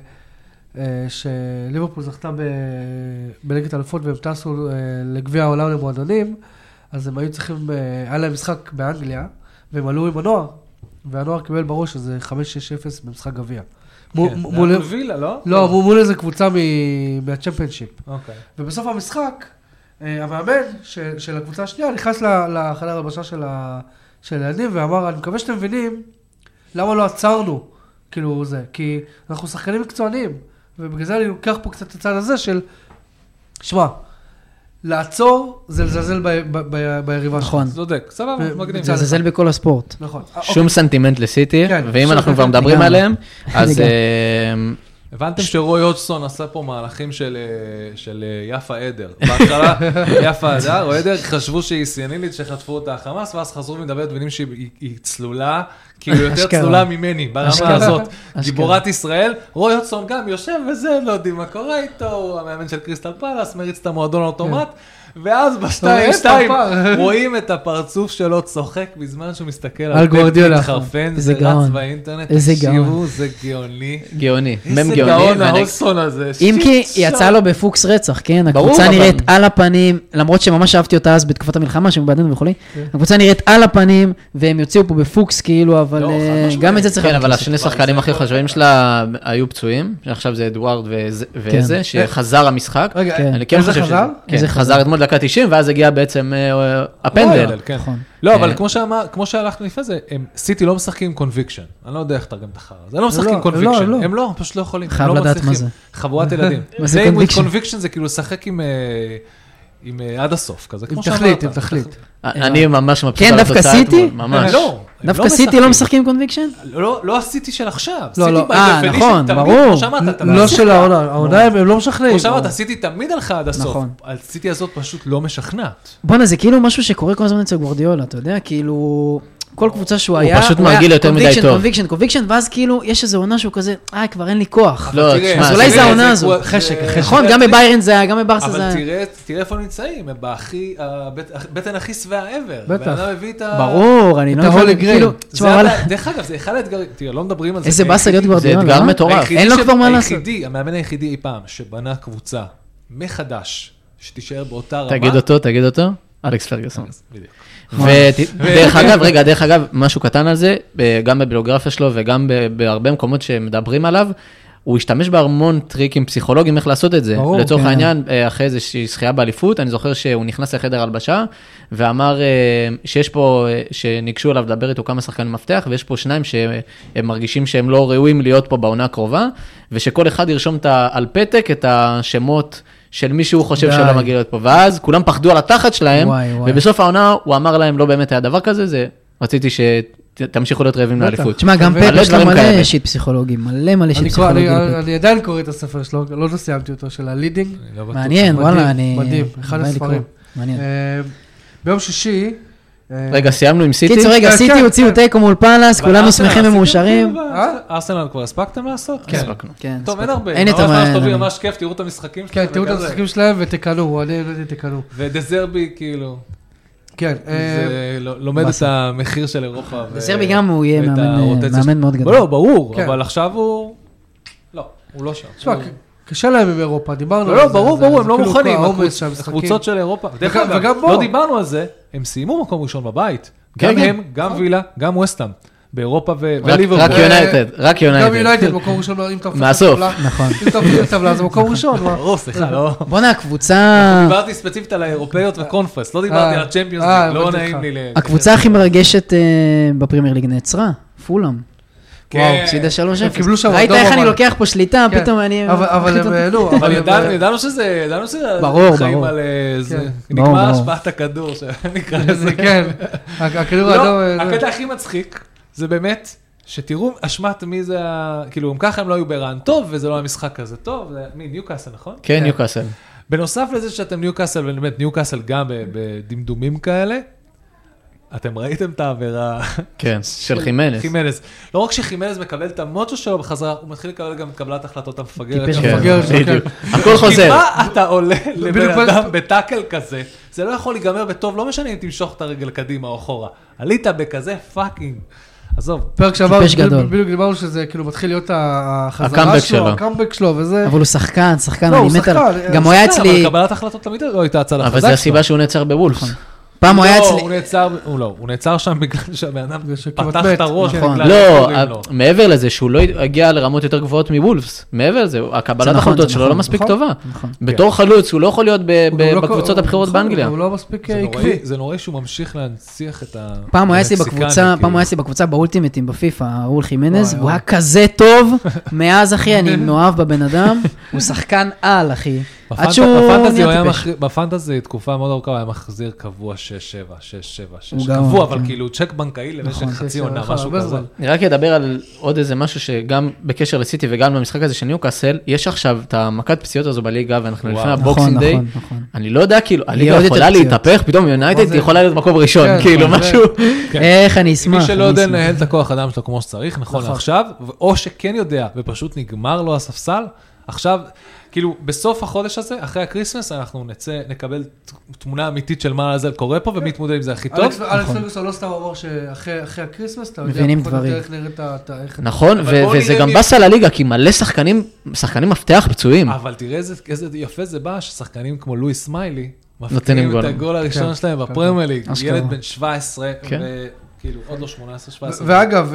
שליברפול זכתה בליגת האלופות, והם טסו לגביע העולם למועדונים, אז הם היו צריכים, היה להם משחק באנגליה, והם עלו עם הנוער, והנוער קיבל בראש שזה חמש שש אפס במשחק גביע. מול וילה, לא? לא, מול איזה קבוצה מהצ'מפיונשיפ. ובסוף המשחק, המאמן של הקבוצה השנייה נכנס לחדר הבשה של הילדים ואמר, אני מקווה שאתם מבינים למה לא עצרנו, כאילו זה, כי אנחנו שחקנים מקצוענים, ובגלל זה אני לוקח פה קצת את הצד הזה של, שמע, לעצור זה לזלזל ביריבה שלך. נכון. צודק, סבבה, מגניב. זה לזלזל בכל הספורט. נכון. שום סנטימנט לסיטי, ואם אנחנו כבר מדברים עליהם, אז... הבנתם שרוי הודסון עשה פה מהלכים של יפה עדר. בהתחלה יפה עדר, או עדר, חשבו שהיא סיינילית שחטפו אותה החמאס, ואז חזרו ומדברת ובינים שהיא צלולה, כאילו יותר צלולה ממני, ברמה הזאת. גיבורת ישראל, רוי הודסון גם יושב וזה, לא יודעים מה קורה איתו, הוא המאמן של קריסטל פלאס, מריץ את המועדון האוטומט, ואז בשתיים שתיים רואים את הפרצוף שלו צוחק בזמן שהוא מסתכל על גוארדיולה. מתחרפן, זה רץ באינטרנט, תקשיבו, זה גאוני. גאוני, מם איזה גאוני. גאון ההוסון הזה. אם כי יצא לו בפוקס רצח, כן? הקבוצה נראית על הפנים, למרות שממש אהבתי אותה אז בתקופת המלחמה, שבעדנו וכולי. הקבוצה נראית על הפנים, והם יוציאו פה בפוקס כאילו, אבל גם את זה צריך... כן, אבל השני שחקנים הכי חשובים שלה היו פצועים, עכשיו זה אדוארד וזה, שחזר המשחק. רגע, איזה חזר? כן, חזר אתמול דקה תשעים, ואז הגיע בעצם הפנדל. לא, אבל כמו שהלכנו לפני זה, סיטי לא משחקים קונביקשן. אני לא יודע איך תרגם את החרא. זה לא משחקים קונביקשן. הם לא, פשוט לא יכולים. חייב לדעת מה זה. חבורת ילדים. זה קונביקשן זה כאילו לשחק עם עד הסוף, כזה. עם תכלית, עם תכלית. אני ממש מבסוט כן, דווקא סיטי? ממש. לא. דווקא סיטי לא משחקים קונביקשן? לא הסיטי של עכשיו. לא, לא. אה, נכון, ברור. לא של העונה. העונה הם לא משכנעים. כמו שאמרת, סיטי תמיד הלכה עד הסוף. על סיטי הזאת פשוט לא משכנעת. בוא'נה, זה כאילו משהו שקורה כל הזמן אצל גוארדיולה, אתה יודע, כאילו... כל קבוצה שהוא היה, הוא פשוט מרגיל יותר מדי טוב. קונביקשן, קונביקשן, ואז כאילו יש איזו עונה שהוא כזה, אה, כבר אין לי כוח. לא, אז אולי זה העונה הזו. חשק, חשק. נכון, גם בביירן זה היה, גם בברסה זה היה. אבל תראה איפה נמצאים, הם בבטן הכי שבעה עבר. בטח. ברור, אני לא יכול כאילו. דרך אגב, זה אחד האתגרים, תראה, לא מדברים על זה. איזה באסה להיות גוארדיולה. זה אתגר מטורף. אין לו כבר מה לעשות. היחידי, המאמן היחידי אי פעם, שבנה קבוצה מחדש, שתישאר באותה רמה. תגיד אותו, תגיד אותו. אלכס פרגוסון. ודרך אגב, רגע, דרך אגב, משהו קטן על זה, גם בביוגרפיה שלו וגם בהרבה מקומות שמדברים עליו, הוא השתמש בהרמון טריקים פסיכולוגיים איך לעשות את זה. לצורך העניין, אחרי איזושהי שחייה באליפות, אני זוכר שהוא נכנס לחדר הלבשה, ואמר שיש פה, שניגשו אליו לדבר איתו כמה שחקנים מפתח, ויש פה שניים שהם מרגישים שהם לא ראויים להיות פה בעונה הקרובה, ושכל אחד ירשום על פתק את השמות של מי שהוא חושב שלא מגיע להיות פה, ואז כולם פחדו על התחת שלהם, ובסוף העונה הוא אמר להם, לא באמת היה דבר כזה, זה רציתי שתמשיכו להיות רעבים לאליפות. תשמע, גם פפ יש לו מלא שיט פסיכולוגי, מלא מלא שיט פסיכולוגי. אני עדיין קורא את הספר שלו, לא סיימתי אותו, של הלידינג. מעניין, וואלה, אני... מדהים, אחד הספרים. מעניין. ביום שישי... רגע, סיימנו עם סיטי? קיצור, רגע, סיטי הוציאו תיקו מול פלאס, כולנו שמחים ומאושרים. ארסנל כבר הספקתם לעשות? כן, הספקנו. טוב, אין הרבה. אין את המאמן. ממש כיף, תראו את המשחקים שלהם. כן, תראו את המשחקים שלהם ותקנו, אני לא יודע, תקנו. ודזרבי, כאילו... כן. זה לומד את המחיר של אירופה. דזרבי גם הוא יהיה מאמן מאוד גדול. לא, ברור, אבל עכשיו הוא... לא, הוא לא שם. תשמע, קשה להם עם אירופה, דיברנו על זה. לא, ברור, ברור, הם לא מוכנים. הקבוצות של אירופה. דרך אגב, לא דיברנו על זה, הם סיימו מקום ראשון בבית. גם הם, גם וילה, גם ווסטהאם. באירופה וליברפול. רק יונייטד, רק יונייטד. גם יונייטד, מקום ראשון, אם אתה מהסוף. נכון. אם אתה הופך לטבלה, זה מקום ראשון. ברור, סליחה, לא. בוא'נה, הקבוצה... דיברתי ספציפית על האירופאיות וקונפרס, לא דיברתי על הצ'מפיונס, לא נעים לי... הקבוצה הכי מרגשת בפרמייר ליג נעצרה, פולאם. וואו, פסידה שלוש אפס. ראית איך אני לוקח פה שליטה, פתאום אני... אבל הם העלו. אבל ידענו שזה... ידענו שזה... ברור, חיים ברור. על... נגמר השפעת הכדור, שנקרא לזה. כן, הכדור האדום... הקטע הכי מצחיק, זה באמת, שתראו אשמת מי זה... כאילו, אם ככה הם לא היו ברען טוב, וזה לא המשחק כזה טוב, זה מי, ניוקאסל, נכון? כן, ניוקאסל. בנוסף לזה שאתם ניוקאסל, ובאמת ניוקאסל גם בדמדומים כאלה, אתם ראיתם את העבירה... כן, של חימנס. חימנס. לא רק שחימנס מקבל את המוטו שלו בחזרה, הוא מתחיל לקבל גם קבלת החלטות המפגרת. כן, בדיוק. הכל חוזר. כי מה אתה עולה לבן אדם בטאקל כזה? זה לא יכול להיגמר בטוב, לא משנה אם תמשוך את הרגל קדימה או אחורה. עלית בכזה פאקינג. עזוב. פרק שעבר, בדיוק דיברנו שזה כאילו מתחיל להיות החזרה שלו, הקאמבק שלו וזה. אבל הוא שחקן, שחקן, אני מת עליו. גם הוא היה אצלי... אבל קבלת החלטות תמיד לא הייתה הצד החזק. אבל זה הסיבה שהוא נעצר בוולפס. פעם הוא היה אצלי... הוא נעצר, הוא לא, הוא נעצר שם בגלל שהבן פתח את הראש. לא, מעבר לזה שהוא לא הגיע לרמות יותר גבוהות מוולפס, מעבר לזה, הקבלת החלטות שלו לא מספיק טובה. בתור חלוץ, הוא לא יכול להיות בקבוצות הבחירות באנגליה. הוא לא מספיק עקבי. זה נורא שהוא ממשיך להנציח את ה... פעם הוא היה אצלי בקבוצה, פעם הוא היה אצלי בקבוצה באולטימטים בפיפה, ראול חימנז, הוא היה כזה טוב, מאז אחי, אני מאוהב בבן אדם, הוא שחקן על אחי. בפנטזי, תקופה מאוד ארוכה, היה מחזיר קבוע שש שבע, שש שבע, שש קבוע, אבל כאילו צ'ק בנקאי למשך חצי עונה, משהו כזה. אני רק אדבר על עוד איזה משהו שגם בקשר לסיטי וגם במשחק הזה של ניוקאסל, יש עכשיו את המכת פציעות הזו בליגה, ואנחנו לפני הבוקסינג דיי, אני לא יודע, כאילו, הליגה יכולה להתהפך, פתאום יונייטד יכולה להיות מקום ראשון, כאילו, משהו. איך אני אשמח. מי שלא יודע לנהל את הכוח אדם שלו כמו שצריך, נכון עכשיו, או שכן יודע, ופשוט נגמר לו הספסל, עכשיו, כאילו, בסוף החודש הזה, אחרי הקריסמס, אנחנו נצא, נקבל תמונה אמיתית של מה זה קורה פה, ומי מתמודד עם זה הכי טוב. אלכס פרגוסון לא סתם אמר שאחרי הקריסמס, אתה יודע, מבינים דברים. נכון, וזה גם בסל הליגה, כי מלא שחקנים, שחקנים מפתח פצועים. אבל תראה איזה יפה זה בא, ששחקנים כמו לואיס סמיילי, מפתיעים את הגול הראשון שלהם בפרמייר ליג, ילד בן שבע עשרה, וכאילו עוד לא שמונה עשרה שבע עשרה. ואגב,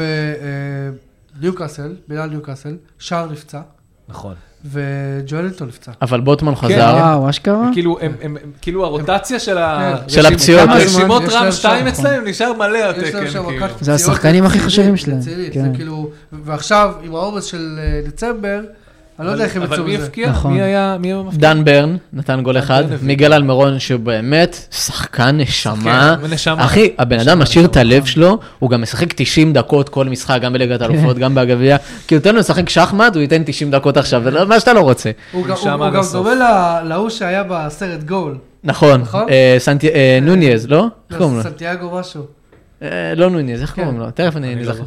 ניוקאסל, בגלל ניוקאסל, שער נפצע. נכון. וג'ואלינטון נפצע. אבל בוטמן חזר. וואו, אשכרה? כאילו הרוטציה של הפציעות. רשימות רם שתיים אצלהם נשאר מלא התקן. זה השחקנים הכי חשובים שלהם. ועכשיו, עם העומס של דצמבר, אני לא יודע איך הם יצאו מזה. אבל מי הפקיע? נכון. מי היה מפקיע? דן ברן נתן גול אחד, מיגל אלמרון שהוא באמת שחקן נשמה. אחי, הבן אדם משאיר את הלב שלו, הוא גם משחק תשעים דקות כל משחק, גם בליגת האלופות, גם בהגביע. כי הוא תן לו לשחק שחמט, הוא ייתן תשעים דקות עכשיו, מה שאתה לא רוצה. הוא גם דומה להוא שהיה בסרט גול. נכון, נוניז, לא? איך קוראים לו? סנטיאגו משהו. לא נוניז, איך קוראים לו? תכף אני נזכר.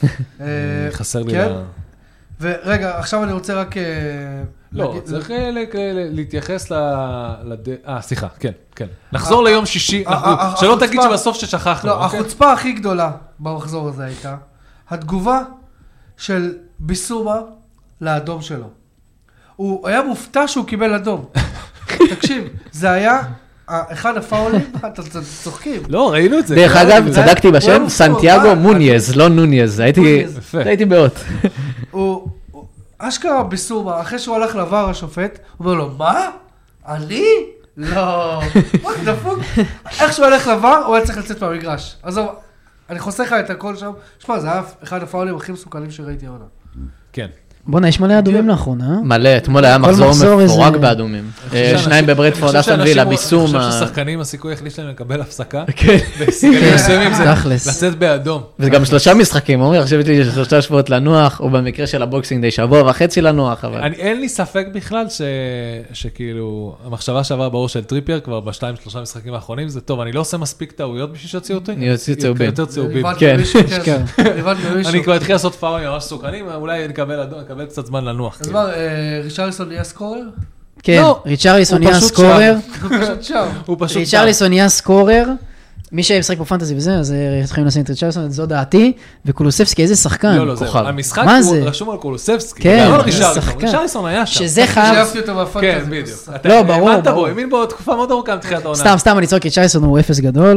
חסר לי... ורגע, עכשיו אני רוצה רק... לא, צריך להתייחס ל... אה, סליחה, כן, כן. נחזור ליום שישי, שלא תגיד שבסוף ששכחנו. לא, החוצפה הכי גדולה במחזור הזה הייתה, התגובה של ביסומה לאדום שלו. הוא היה מופתע שהוא קיבל אדום. תקשיב, זה היה... אחד הפאולים, אתה צוחקים. לא, ראינו את זה. דרך אגב, צדקתי בשם, סנטיאגו מוניז, לא נוניז, הייתי באות. הוא, אשכרה ביסומה, אחרי שהוא הלך לבר השופט, הוא אומר לו, מה? אני? לא. מה, דפוק? איך שהוא הלך לבר, הוא היה צריך לצאת מהמגרש. עזוב, אני חוסך לך את הכל שם. שמע, זה היה אחד הפאולים הכי מסוכנים שראיתי העונה. כן. בוא'נה, יש מלא אדומים לאחרונה, אה? מלא, אתמול היה מחזור מפורק באדומים. שניים בברדפורד, אסטון וילה, ביסום. אני חושב ששחקנים, הסיכוי החליט שלהם לקבל הפסקה. כן. וסיגלים מסוימים זה לצאת באדום. וזה גם שלושה משחקים, אומרים, עכשיו יש לי שלושה שבועות לנוח, או במקרה של הבוקסינג די שבוע וחצי לנוח, אבל... אין לי ספק בכלל שכאילו, המחשבה שעברה ברור של טריפייר, כבר בשתיים, שלושה משחקים האחרונים, זה טוב, אני לא עושה מספיק טעויות בשביל שיוציאו אותי. אני אוציא צהובים. יותר צהובים. כן. אני כבר התחיל לעשות פאולים ממש סוכנים, אולי נקבל אדום, נקבל קצת זמן לנוח. אז מה, ריצ'רליסון נהיה סקורר? כן, ריצ'רליסון נהיה סקורר. הוא פשוט שם. ריצ'רליסון נהיה סקורר. מי שמשחק בפנטזי וזה, אז יכולים לשים את ריצ'רליסון, זו דעתי. וקולוסבסקי, איזה שחקן. לא, לא, זה. המשחק הוא רשום על קולוסבסקי. כן, איזה שחקן. ריצ'רליסון היה שם. שזה חייב. שאהבתי אותו בפנטזי. כן, בדיוק. לא, ברור. האמנת בו, האמין בו תקופה מאוד ארוכה מתחילת העונה. סתם, סתם, אני צועק, ריצ'רליסון הוא אפס גדול.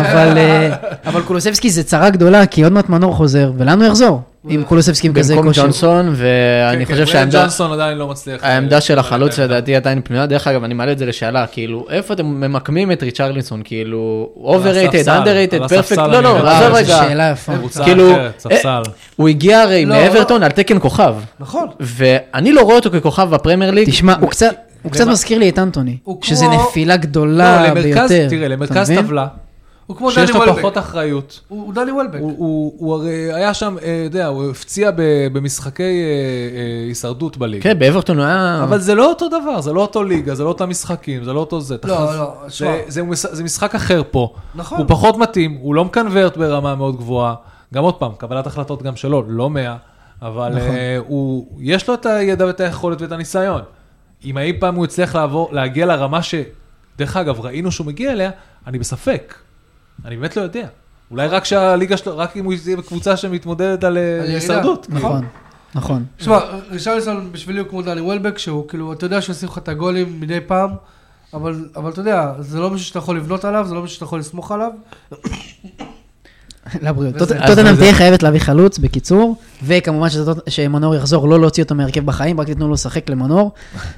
אבל קולוסבסקי זה צרה גדולה, כי עוד מעט מנור חוזר, ולנו יחזור. עם קולוסבסקי עם כזה במקום כושר. ג'ונסון, ואני חושב שהעמדה... ג'ונסון עדיין לא מצליח... העמדה של החלוץ לדעתי עדיין פנויה. דרך אגב, אני מעלה את זה לשאלה, כאילו, איפה אתם ממקמים את ריצ'רליסון? כאילו, overrated, underrated, perfect? לא, לא, עזוב רגע. שאלה יפה. כאילו, הוא הגיע הרי מאברטון על תקן כוכב. נכון. ואני לא רואה אותו ככוכב בפרמייר ליג. תשמע, הוא קצת מזכיר לי את אנטוני, שזה נפילה גדולה ביותר. תראה, למרכז טבלה, שיש לו פחות אחריות. הוא דני וולבק. הוא הרי היה שם, יודע, הוא הפציע במשחקי הישרדות בליגה. כן, באברטון הוא היה... אבל זה לא אותו דבר, זה לא אותו ליגה, זה לא אותם משחקים, זה לא אותו זה. לא, לא, שמה. זה משחק אחר פה. נכון. הוא פחות מתאים, הוא לא מקנברט ברמה מאוד גבוהה. גם עוד פעם, קבלת החלטות גם שלו, לא מאה, אבל יש לו את הידע ואת היכולת ואת הניסיון. אם אי פעם הוא יצליח להגיע לרמה ש... דרך אגב, ראינו שהוא מגיע אליה, אני בספק. אני באמת לא יודע. אולי רק שהליגה שלו, רק אם הוא יהיה בקבוצה שמתמודדת על הישרדות. נכון, נכון. תשמע, ריצ'רליסון בשבילי הוא כמו דני וולבק, שהוא כאילו, אתה יודע שעושים לך את הגולים מדי פעם, אבל אתה יודע, זה לא מישהו שאתה יכול לבנות עליו, זה לא מישהו שאתה יכול לסמוך עליו. לבריאות. טוטנהאם תהיה חייבת להביא חלוץ, בקיצור, וכמובן שמנור יחזור, לא להוציא אותו מהרכב בחיים, רק תיתנו לו לשחק למנור.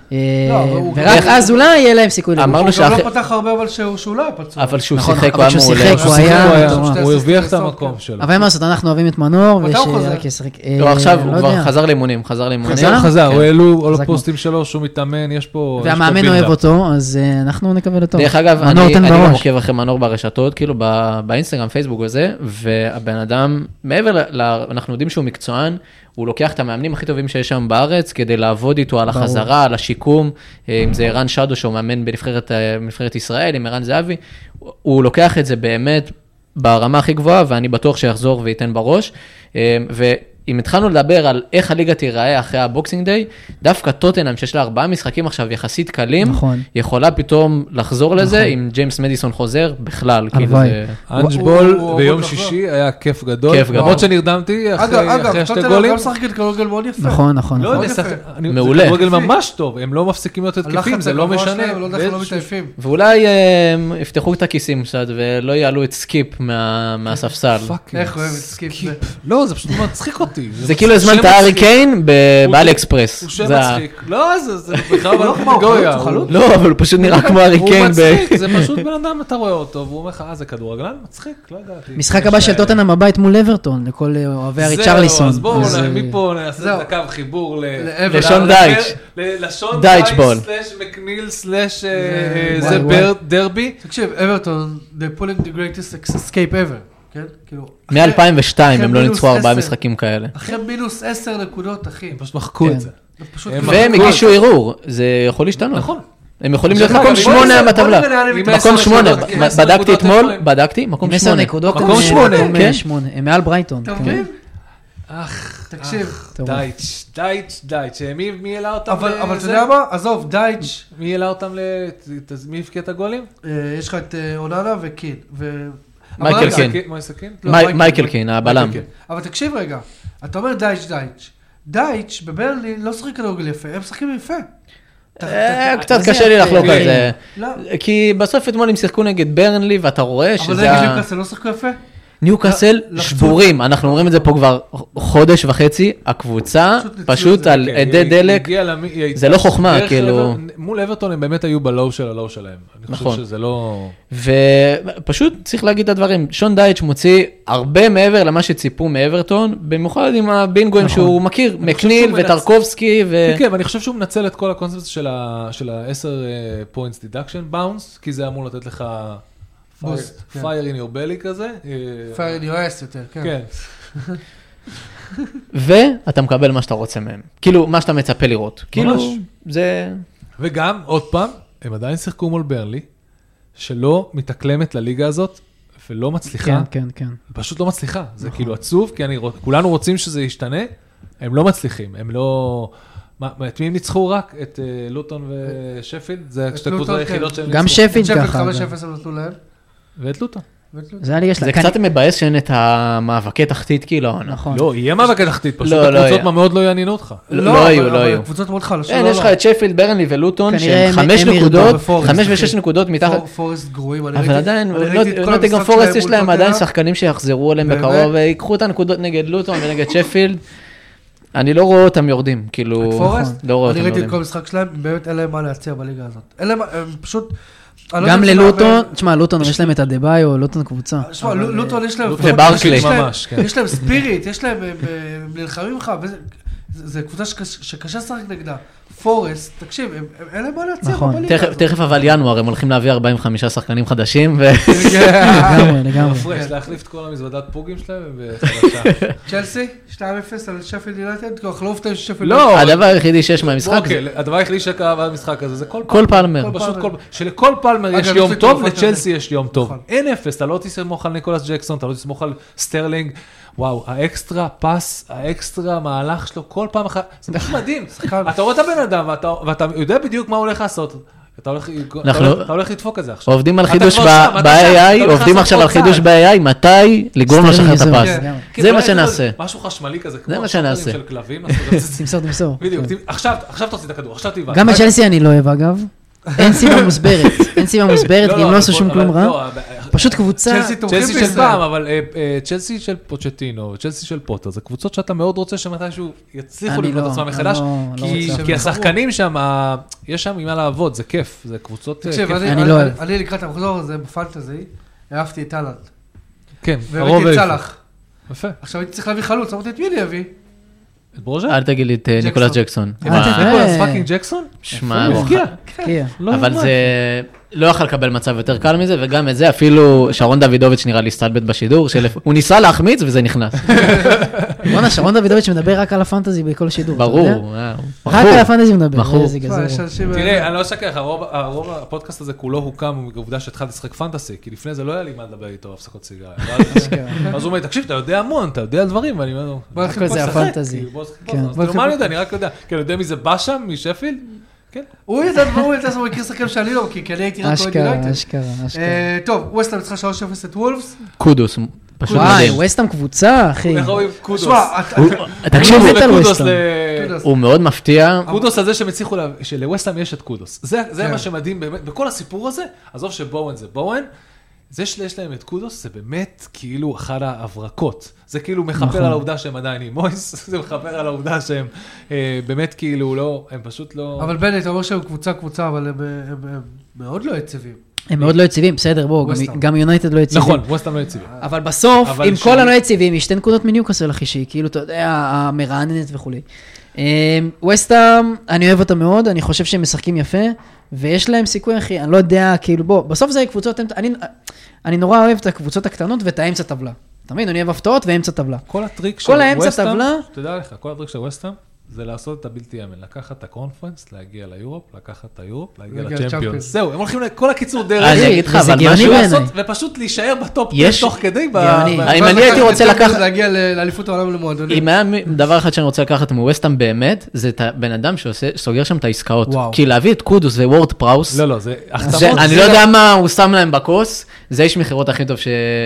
ורק אז אולי יהיה להם סיכוי לבוא. הוא גם לא פתח הרבה, אבל שהוא לא היה פצוע. אבל שהוא שיחק, הוא היה מעולה. הוא הרוויח את המקום שלו. אבל מה לעשות, אנחנו אוהבים את מנור, ושרק ישחק. לא, עכשיו הוא כבר חזר לאימונים, חזר לאימונים. חזר? חזר, הוא העלו על הפוסטים שלו, שהוא מתאמן, יש פה... והמאמן אוהב אותו, אז אנחנו נקווה לטוב. דרך אגב, אני גם עוקב אחרי מנור ברשתות, כאילו באינסטגרם, פייסבוק וזה, והבן אדם, מעבר ל... אנחנו יודעים שהוא מקצוען, הוא לוקח את המאמנים הכי טובים שיש שם בארץ, כדי לעבוד איתו על החזרה, על השיקום, אם זה ערן שדו, שהוא מאמן בנבחרת ישראל, עם ערן זהבי, הוא לוקח את זה באמת ברמה הכי גבוהה, ואני בטוח שיחזור וייתן בראש, אם התחלנו לדבר על איך הליגה תיראה אחרי הבוקסינג דיי, דווקא טוטנהאם שיש לה ארבעה משחקים עכשיו יחסית קלים, נכון. יכולה פתאום לחזור לזה, נכון. אם ג'יימס מדיסון חוזר, בכלל. הלוואי. אנג'בול ביום שישי היה כיף גדול, כיף גדול. למרות שנרדמתי אחרי שתי גולים. אגב, טוטנהאם גם משחקת כדורגל מאוד יפה. נכון, נכון. לא, נכון. זה מעולה. כדורגל ממש טוב, הם לא מפסיקים להיות התקפים, זה לא משנה. לא יודע איך לא מתעייפים. ואולי הם יפתחו את הכיסים קצת, ולא יעלו את סקיפ מה- מהספסל. איך אוהב את סקיפ זה. לא, זה פשוט מצחיק אותי. זה כאילו הזמנת הארי קיין באלי אקספרס. הוא שם זה ה- מצחיק. לא, זה זה בכלל בקטגוריה. לא, אבל הוא פשוט נראה כמו הארי הוא קיין. ב- מצחיק, זה פשוט בן אדם, אתה רואה אותו, והוא אומר לך, אה, זה כדורגלן? מצחיק, לא ידעתי. משחק הבא של טוטנהאם הבית מול אברטון, לכל אוהבי הריצ'רליסון. אז בואו אז, אה, מפה נעשה זהו. את הקו חיבור ל- לשון דייץ'. לשון דייץ' דייץ' בול. סלש מקניל סלש אה, זה- זה וואי, בר- דרבי. תקשיב, אברטון, they're pulling the greatest escape ever, כן? כאילו, אחרי- מ-אלפיים ושתיים אחרי הם לא מינוס ניצחו ארבעה עשר. משחקים כאלה. אחרי מינוס עשר נקודות, אחי. הם פשוט מחקו כן. את זה. זה פשוט... הם והם מחקו הגישו ערעור, זה יכול להשתנות. נכון. הם יכולים להיות דרך מקום אגב, שמונה בוא נראה בטבלה. לאן הם עם מתקדמים. מקום עשר שמונה, נקודות, עם עשר בדקתי נקודות אתמול, איפה הם? בדקתי, מקום עם עשר שמונה. נקודות, מקום הם- שמונה, מקום, כן. אה, שמונה. הם מעל ברייטון. אתה כן. מבין? אך, תקשיב. טוב. דייץ', דייץ', דייץ'. מי מי העלה אותם? אבל אבל אתה לזה? יודע מה? עזוב, דייץ', מי העלה אותם ל... ת- מי הבקיע את הגולים? אה, יש לך את אה, אוננה וקין. ו- מייקל אבל רגע, קין. סכין, מויס סכין? לא, מי- מייקל מייקל קין. קין, הבלם. מייקל קין. אבל תקשיב רגע, אתה אומר דייץ' דייץ'. דייץ' בברלי לא שחק כדורגל יפה, הם משחקים יפה. אתה- אה, אתה- קצת מה זה קשה לי יפה? לחלוק על כן. זה. לא. כי בסוף אתמול הם שיחקו נגד ברנלי, ואתה רואה אבל שזה... רגע, ה- ניוקאסל לא שחקו יפה? ניוקאסל לחצו- שבורים, אנחנו אומרים את זה פה כבר חודש וחצי, הקבוצה פשוט ניצלו פשוט את זה. על כן, אדי היא- דלק, היא הגיעה למי- היא הייתה זה לא חוכמה, דרך כאילו. אבר- מול אברטון הם באמת היו בלואו של הלואו שלהם. אני נכון. חושב שזה לא... ופשוט צריך להגיד את הדברים, שון דייץ' מוציא הרבה מעבר למה שציפו מאברטון, במיוחד עם הבינגויים שהוא מכיר, אני חושב מקניל שהוא מנצ- וטרקובסקי, ו... כן, כן, ואני חושב שהוא מנצל את כל הקונספט של ה- של ה-עשר points deduction bounce, כי זה אמור לתת לך בוסט, כן. fire in your belly כזה. אה, פייר אין יו אס יותר, כן. כן. ואתה מקבל מה שאתה רוצה מהם, כאילו מה שאתה מצפה לראות, כאילו זה... וגם, עוד פעם, הם עדיין שיחקו מול ברלי, שלא מתאקלמת לליגה הזאת, ולא מצליחה. כן, כן, כן. פשוט לא מצליחה. זה כאילו עצוב, כי אני, רוצ- כולנו רוצים שזה ישתנה, הם לא מצליחים, הם לא... מה, את מי הם ניצחו רק? את אה, לוטון ושפילד? זה את שתי הקבוצות לוטון, היחידות כן. שהם גם ניצחו. שפילד שפילד ככה. חמש גם. אפס הם נתנו להם. ואת לוטון. ואת לוטון. זה הליגה זה שלה. קצת מבאס שאין את המאבקי תחתית, כאילו, נכון. לא, יהיה מאבק התחתית, פשוט לא, לא הקבוצות היה. מאוד לא יעניינו אותך. לא לא היו, אבל- לא אבל היו. קבוצות מאוד חלשות. אין, לא, יש לך לא. את שפילד, ברנלי ולוטון, כנראה שהם הם- חמש הם ירדו נקודות, בפורסט, חמש אחי. ושש נקודות מתחת, פור- פורסט גרועים. אני אבל ראיתי- עדיין, אני ראיתי את כל נוטיגרם המשחק פורסט שלהם יש מול להם עדיין טוטנהאם. שחקנים שיחזרו אליהם באמת? בקרוב, ויקחו את הנקודות נגד לוטון ונגד שפילד. אני לא רואה אותם יורדים, כאילו, את פורסט? לא רואה אני אותם ראיתי את יורדים. כל המשחק שלהם, באמת אין להם מה להציע בליגה הזאת. אין להם, הם פשוט... אני לא גם יודע אם זה ללוטון, מעבר- תשמע, לוטון יש להם את הדה-ביו, לוטון קבוצה. שמע, לו- לוטון יש להם... וברקלי. יש להם- ממש, כן. יש להם ספיריט, יש להם... הם- הם נלחמים לך, וזה- זה זה קבוצה שקש- שקשה לשחק נגדה. פורסט, תקשיב, הם- הם- אין להם מה להציע נכון. בליגה תכף- הזאת. תכף אבל ינואר, הם הולכים להביא ארבעים וחמישה שחקנים חדשים, ו... לגמרי, לגמרי. מפרש, להחליף את כל המזוודת פוגים שלהם בחדשה. צ'לסי, שתיים אפס על שפילד יונייטד, כי אנחנו לא מופתעים ששפילד... לא, הדבר היחידי שיש מהמשחק, אוקיי, הדבר היחידי שקרה במשחק הזה זה כל כל פלמר. כל פשוט פלמר. כל, שלכל פלמר יש אגב, יום יש לי טוב, תרופות לצ'לסי כזה. יש יום טוב. נכון. אין אפס, אתה לא תסמוך על ניקולס ג'קסון, אתה לא תסמוך על סטרלינג. וואו, האקסטרה פס, האקסטרה מהלך שלו, כל פעם אחת, זה פשוט מדהים. אתה רואה את הבן אדם, ואתה- ואתה יודע בדיוק מה הוא הולך לעשות. אתה הולך, אתה אנחנו- הולך, אתה הולך לדפוק את זה עכשיו. עובדים על אתה חידוש כבר שם, אתה שם, ב-איי איי, אתה הולך עובדים לעשות עכשיו על עוד חידוש צעד. ב-איי איי, מתי לגרום לו לשחרר את סטרלינג הפס. יזהו. כן. כן, זה אולי מה שנעשה. משהו חשמלי כזה, זה מה כמו שנעשה. השחקנים של כלבים. אז אתה רוצה- תמסור, תמסור. בדיוק, כן. עכשיו עכשיו תוציא את הכדור, עכשיו תבעט. גם בצ'לסי אני לא אוהב אגב. אין סיבה מוסברת. אין סיבה מוסברת, כי הם לא עשו שום כלום רע. פשוט קבוצה... צ'לסי תומכים צ'לסי של בישראל. פעם, אבל אה, אה, צ'לסי של פוצ'טינו, צ'לסי של פוטר, זה קבוצות שאתה מאוד רוצה שמתישהו יצליחו אני לבנות לא, את עצמם אני מחדש, לא- לא כי- רוצה. כי השחקנים שם, ה- יש שם עם מה לעבוד, זה כיף, זה קבוצות אה, תקשיב, כיף. אני- אני אני- לא אני- אוהב. אני לקראת המחזור הזה בפנטזי, אהבתי את טלנט. כן, הרוב והבאתי את העיפו. סלאח. יפה. עכשיו הייתי צריך להביא חלוץ, אמרתי את מי אני אביא? את ברוז'ה? אל תגיד לי את אה, ניקולס ג'קסון. אה, מה, תראה. ניקולס פאקינג ג'קסון? שמע, הוא הבקיע. כן. לא אבל יאומן. זה... לא יכל לקבל מצב יותר קל מזה, וגם את זה אפילו שרון דוידוביץ' נראה לי סטלבט בשידור, הוא ניסה להחמיץ וזה נכנס. בוא'נה, שרון דוידוביץ' מדבר רק על הפנטזי בכל שידור. ברור. רק על הפנטזי מדבר. מכור. תראה, אני לא אשכח, הרוב הפודקאסט הזה כולו הוקם בעובדה שהתחלתי לשחק פנטסי, כי לפני זה לא היה לי מה לדבר איתו, הפסקות סיגריה. אז הוא אומר, תקשיב, אתה יודע המון, אתה יודע דברים, ואני אומר, בוא נתחיל זה הפנטזי. מה אני יודע, אני רק יודע. כי אני יודע מי זה בא שם, משפילד? כן. הוא ידע, הוא ידע, הוא מכיר שחקן שאני לא מכיר, כי אני הייתי רק אוהד יונייטד. אשכרה, אשכרה. טוב, ווסטהאם ניצחה שלוש אפס את וולפס. קודוס, פשוט וואי, מדהים. ווסטהאם קבוצה, אחי. איך רואים קודוס? תקשיבו, קודוס ל... הוא מאוד מפתיע. קודוס על זה שהם הצליחו, שלווסטהאם יש את קודוס. זה מה שמדהים באמת, בכל הסיפור הזה, עזוב שבואן זה בואן, זה שיש להם את קודוס, זה באמת כאילו אחד ההברקות. זה כאילו מחפר על העובדה שהם עדיין עם מויס, זה מחפר על העובדה שהם באמת כאילו לא, הם פשוט לא... אבל בני, אתה אומר שהם קבוצה קבוצה, אבל הם מאוד לא יציבים. הם מאוד לא יציבים, בסדר, בואו, גם יונייטד לא יציבים. נכון, ווסטהאם לא יציבים. אבל בסוף, עם כל הלא יציבים, יש שתי נקודות מניוקאסל, אחי, שהיא כאילו, אתה יודע, המרעננת וכולי. ווסטהאם, אני אוהב אותה מאוד, אני חושב שהם משחקים יפה, ויש להם סיכוי, אחי, אני לא יודע, כאילו, בוא, בסוף זה קבוצות, אני, אני נורא אוהב את הקבוצות הקטנות ואת האמצע טבלה. אתה מבין, אני אוהב הפתעות ואמצע טבלה. כל הטריק של ווסטהאם, תדע לך, כל הטריק של ווסטהאם, זה לעשות את הבלתי יאמן, לקחת את הקונפרנס, להגיע ליורופ, לקחת את היורופ, להגיע לצ'מפיונס. זהו, הם הולכים לכל הקיצור דרך. אני אגיד לך, אבל משהו לעשות, ופשוט להישאר בטופ תוך כדי. אם אני הייתי רוצה לקחת... להגיע לאליפות העולם למועדונים. אם היה דבר אחד שאני רוצה לקחת מווסטהאם באמת, זה את הבן אדם שסוגר שם את העסקאות. כי להביא את קודוס ווורד פראוס, לא, לא, זה... אני לא יודע מה הוא שם להם בכוס, זה איש מכירות הכי טוב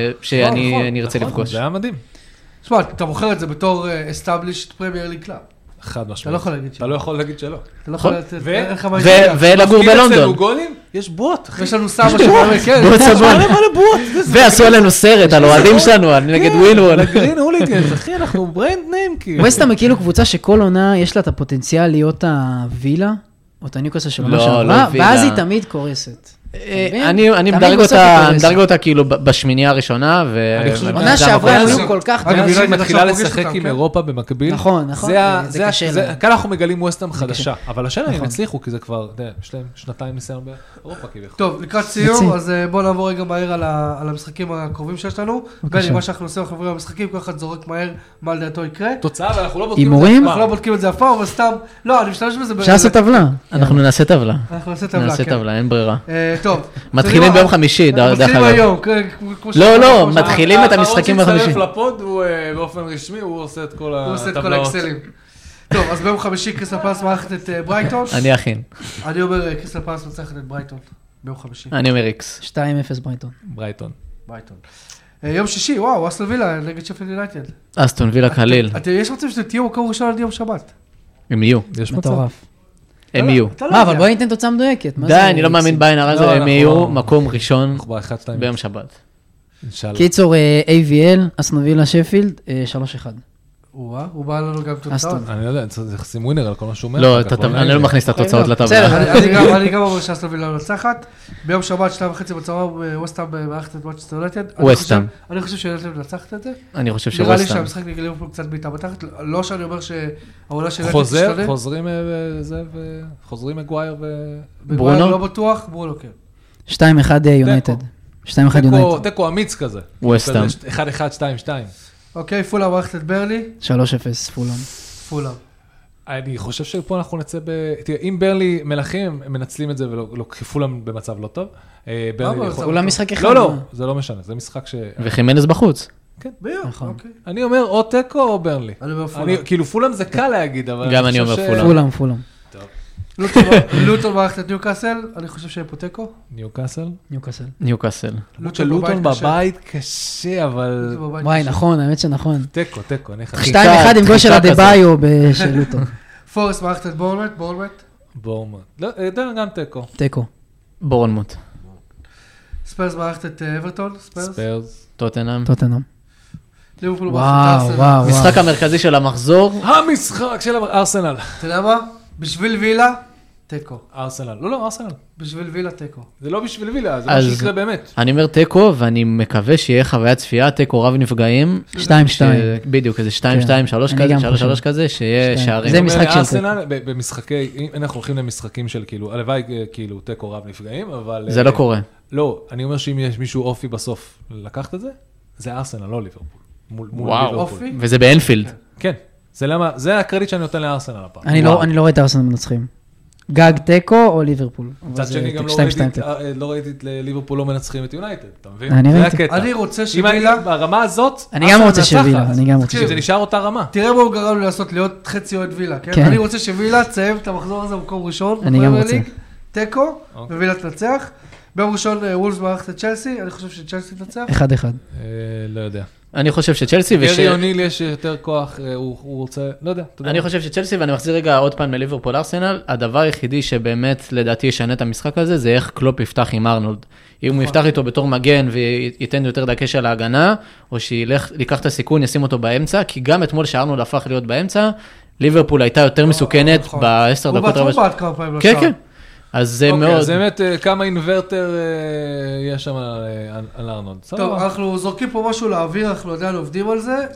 שאני ארצה לפגוש. זה היה מדהים. תשמע, אתה מוכר את זה בתור established Premier League Club. חד משמעית. אתה לא יכול להגיד שלא. אתה לא יכול להגיד שלא. אתה לא יכול לתת... ולגור בלונדון. גולים, יש בוט. יש לנו סבא שאומר, כן. בוט סבון. ועשו עלינו סרט על אוהדים שלנו, נגד ווילוול. לגרין הוליגנס, אחי, אנחנו ברנד ניים כאילו. ווסטהאם היא כאילו קבוצה שכל עונה יש לה את הפוטנציאל להיות הווילה, או את הניוקאסל של עונה שעברה, ואז היא תמיד קורסת. אני מדרג אותה כאילו בשמינייה הראשונה, עונה שעברה היו כל כך טוב. שהיא מתחילה לשחק עם אירופה במקביל. נכון, נכון. זה קשה לה. כאן אנחנו מגלים ווסטהאם חדשה, אבל השאלה הם הצליחו, כי זה כבר, יש להם שנתיים ניסיון באירופה כביכול. טוב, לקראת סיום, אז בואו נעבור רגע מהר על המשחקים הקרובים שיש לנו. בני, מה שאנחנו עושים לחברים במשחקים, כל אחד זורק מהר מה לדעתו יקרה. תוצאה, ואנחנו לא בודקים את זה אף פעם. אנחנו לא בודקים את זה אף פעם, אבל סתם, לא, אני משתמש בזה. אפשר לעשות טבלה. אנחנו נעשה טבלה. אנחנו נעשה טבלה, נעשה טבלה, אין ברירה. טוב. מתחילים ביום חמישי, דרך אגב. מתחילים היום. לא, לא, מתחילים את המשחקים ביום חמישי. האחרון שהצטרף לפוד, הוא באופן רשמי, הוא עושה את כל הטבלאות. הוא עושה את כל האקסלים. טוב, אז ביום חמישי קריסטל פלאס מארחת את ברייטון. אני אכין. אני אומר קריסטל פלאס מנצחת את ברייטון ביום חמישי. אני אומר איקס. שתיים אפס ברייטון. ברייטון. ברייטון. יום שישי, וואו, אסטון וילה נגד שפילד יונייטד. אסטון וילה קליל. יש רוצים שתהיו מקום ראשון עד יום שבת. הם יהיו. יש מצב. הם יהיו. מה, אבל בואי ניתן תוצאה מדויקת. די, אני לא מאמין בעין הרע, הם יהיו מקום ראשון ביום שבת. קיצור, איי וי אל, אסטון וילה שפילד, שלוש אחד. הוא בא לנו גם תוצאות. אני לא יודע, צריך לשים ווינר על כל מה שהוא אומר. לא, אני לא מכניס את התוצאות לטבלה. בסדר, אני גם אומר שאסטון וילה מנצחת. ביום שבת, שתיים וחצי בצהריים, ווסטהאם במערכת את מנצ'סטר יונייטד. ווסטהאם. אני חושב שיונייטד מנצחת את זה. אני חושב שווסטהאם. נראה לי שהמשחק נגד ליברפול קצת בעיטה בתחת. לא שאני אומר שהעונה של יונייטד תשתנה. חוזרים זה וחוזרים מגווייר ו... ברונו? לא בטוח, ברונו כן. שתיים אחד יונייטד. שתיים אחד יונייטד. תיקו אמיץ כזה. ווסטהאם. אחד אחד, שתיים שתיים. אוקיי, פולאם מערכת את ברלי. שלוש אפס, פולאם. פולאם. אני חושב שפה אנחנו נצא ב... תראה, אם ברלי מלכים, הם מנצלים את זה ולוקחים במצב לא טוב. פולאם משחק אחד. לא, לא, זה לא משנה, זה משחק ש... וחימנז בחוץ. כן. נכון. אני אומר או תיקו או ברלי. אני אומר פולאם. כאילו פולאם זה קל להגיד, אבל... גם אני אומר פולאם. פולאם, פולאם. לוטון מערכת את ניוקאסל, אני חושב שיהיה פה תיקו. ניוקאסל? ניוקאסל. ניוקאסל. לוטון בבית קשה, אבל... וואי, נכון, האמת שנכון. תיקו, תיקו, אני חושב. שתיים אחד עם גול של הדביו של לוטון. פורסט מערכת את בורנמוט, בורנמוט. בורנמוט. לא, יודע גם תיקו. תיקו. בורנמוט. ספיירס מערכת את אברטון, ספיירס. ספיירס. טוטנהאם. טוטנהאם. ליברפול וואו, מערכת וואו. משחק המרכזי של המחזור. המשחק של ארסנל. אתה יודע מה? בשביל וילה, תיקו. ארסנל. לא, לא, ארסנל. בשביל וילה תיקו. זה לא בשביל וילה, זה מה שיקרה באמת. אני אומר תיקו, ואני מקווה שיהיה חוויית צפייה, תיקו רב נפגעים. שתיים שתיים. בדיוק, איזה שתיים שתיים, שלוש כזה, שלוש שלוש כזה, שיהיה שערים. זה משחק של ארסנל, במשחקי, אם אנחנו הולכים למשחקים של כאילו, הלוואי כאילו תיקו רב נפגעים, אבל... זה לא קורה. לא, אני אומר שאם יש מישהו אופי בסוף לקחת את זה, זה ארסנל, לא ליברפול. וואו, וזה באנפילד. כן, זה למה, זה הקרדיט שאני נותן לארסנל הפעם. אני לא, אני לא רואה את ארסנל מנצחים. גג תיקו או ליברפול. מצד שני גם לא ראיתי את ליברפול לא מנצחים את יונייטד, אתה מבין? אני ראיתי. אני רוצה שווילה... ברמה הזאת, אני גם רוצה שווילה, אני גם רוצה שווילה. זה נשאר אותה רמה. תראה מה הוא גרם לי לעשות להיות חצי אוהד וילה, כן? אני רוצה שווילה תסיים את המחזור הזה במקום ראשון. אני גם רוצה. תיקו, ווילה תנצח. ביום ראשון וולפס מערכת את צ'לסי, אני חושב שצ'לסי תנצח. אחד אחד. לא יודע. אני חושב שצ'לסי וש... גרי אוניל יש יותר כוח, הוא רוצה, לא יודע. אני חושב שצ'לסי, ואני מחזיר רגע עוד פעם מליברפול ארסנל, הדבר היחידי שבאמת לדעתי ישנה את המשחק הזה, זה איך קלופ יפתח עם ארנולד. אם הוא יפתח איתו בתור מגן וייתן יותר דקה של ההגנה, או שיקח את הסיכון, ישים אותו באמצע, כי גם אתמול שארנולד הפך להיות באמצע, ליברפול הייתה יותר מסוכנת בעשר דקות. הוא בעצמו בעד כמה פעמים לשער. כן, כן. אז זה מאוד... אז באמת כמה אינברטר יש שם על ארנולד. טוב, אנחנו זורקים פה משהו לאוויר, אנחנו עדיין עובדים על זה.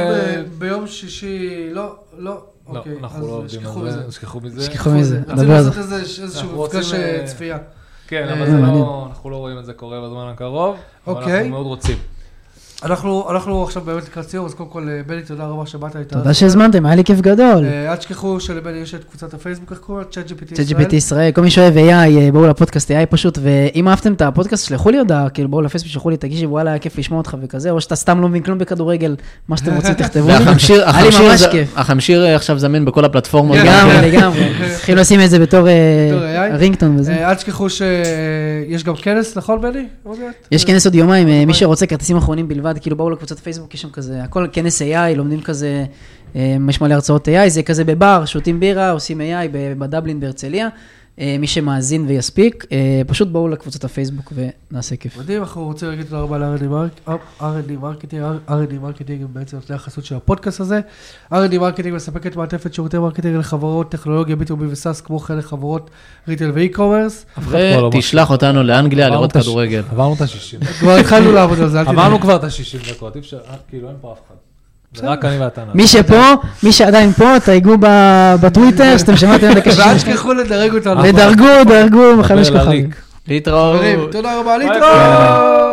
ביום שישי, לא, לא. לא, אנחנו לא עובדים על זה. שכחו מזה. שכחו מזה. רצינו לעשות איזשהו מפגש צפייה. כן, אבל אנחנו לא רואים את זה קורה בזמן הקרוב, אבל אנחנו מאוד רוצים. אנחנו, אנחנו עכשיו באמת לקראת סיום, אז קודם כל, בני, תודה רבה שבאת איתה. תודה שהזמנתם, היה לי כיף גדול. אל תשכחו שלבני יש את קבוצת הפייסבוק, איך קוראים? צ'אט ג'י פי טי ישראל. צ'אט ג'י פי טי ישראל, כל מי שאוהב איי איי, בואו לפודקאסט איי איי פשוט, ואם אהבתם את הפודקאסט, שלחו לי הודעה, כאילו בואו לפייסבוק, שלחו לי, תגישי, וואלה, היה כיף לשמוע אותך וכזה, או שאתה סתם לא מבין כלום בכדורגל, מה שאתם רוצים, תכתבו לי. היה לי ממש כיף. החמשיר עכשיו זמין בכל הפלטפורמות. לגמרי, לגמרי. התחילו לשים את זה בתור רינגטון וזה. אל תשכחו שיש גם כנס, נכון, בני? יש כנס עוד יומיים, מי שרוצה כרטיסים אחרונים בלבד, כאילו באו לקבוצת פייסבוק, יש שם כזה, הכל כנס איי איי, לומדים כזה, יש מלא הרצאות איי איי, זה כזה בבר, שותים בירה, עושים איי איי בדבלין בהרצליה, מי שמאזין ויספיק, פשוט בואו לקבוצת הפייסבוק ונעשה כיף. מדהים, אנחנו רוצים להגיד תודה רבה ל-אר אנד די מרקטינג, אר אנד די מרקטינג בעצם נותני החסות של הפודקאסט הזה. אר אנד די מרקטינג מספקת מעטפת שירותי מרקטינג לחברות, טכנולוגיה, בי טו בי וסאס, כמו כן לחברות ריטייל ואי-קומרס. ותשלח אותנו לאנגליה לראות כדורגל. עברנו את ה-שישים. כבר התחלנו לעבוד על זה. עברנו כבר את ה-שישים דקות, אי אפשר, כאילו אין פה אף אחד. רק אני ואתה. מי שפה, מי שעדיין פה, תייגו בטוויטר, שאתם שמעתם על הקשישים. ואל תשכחו לדרג אותנו. לדרגו, דרגו, מחמש כוכבים. להתראות. תודה רבה, להתראות.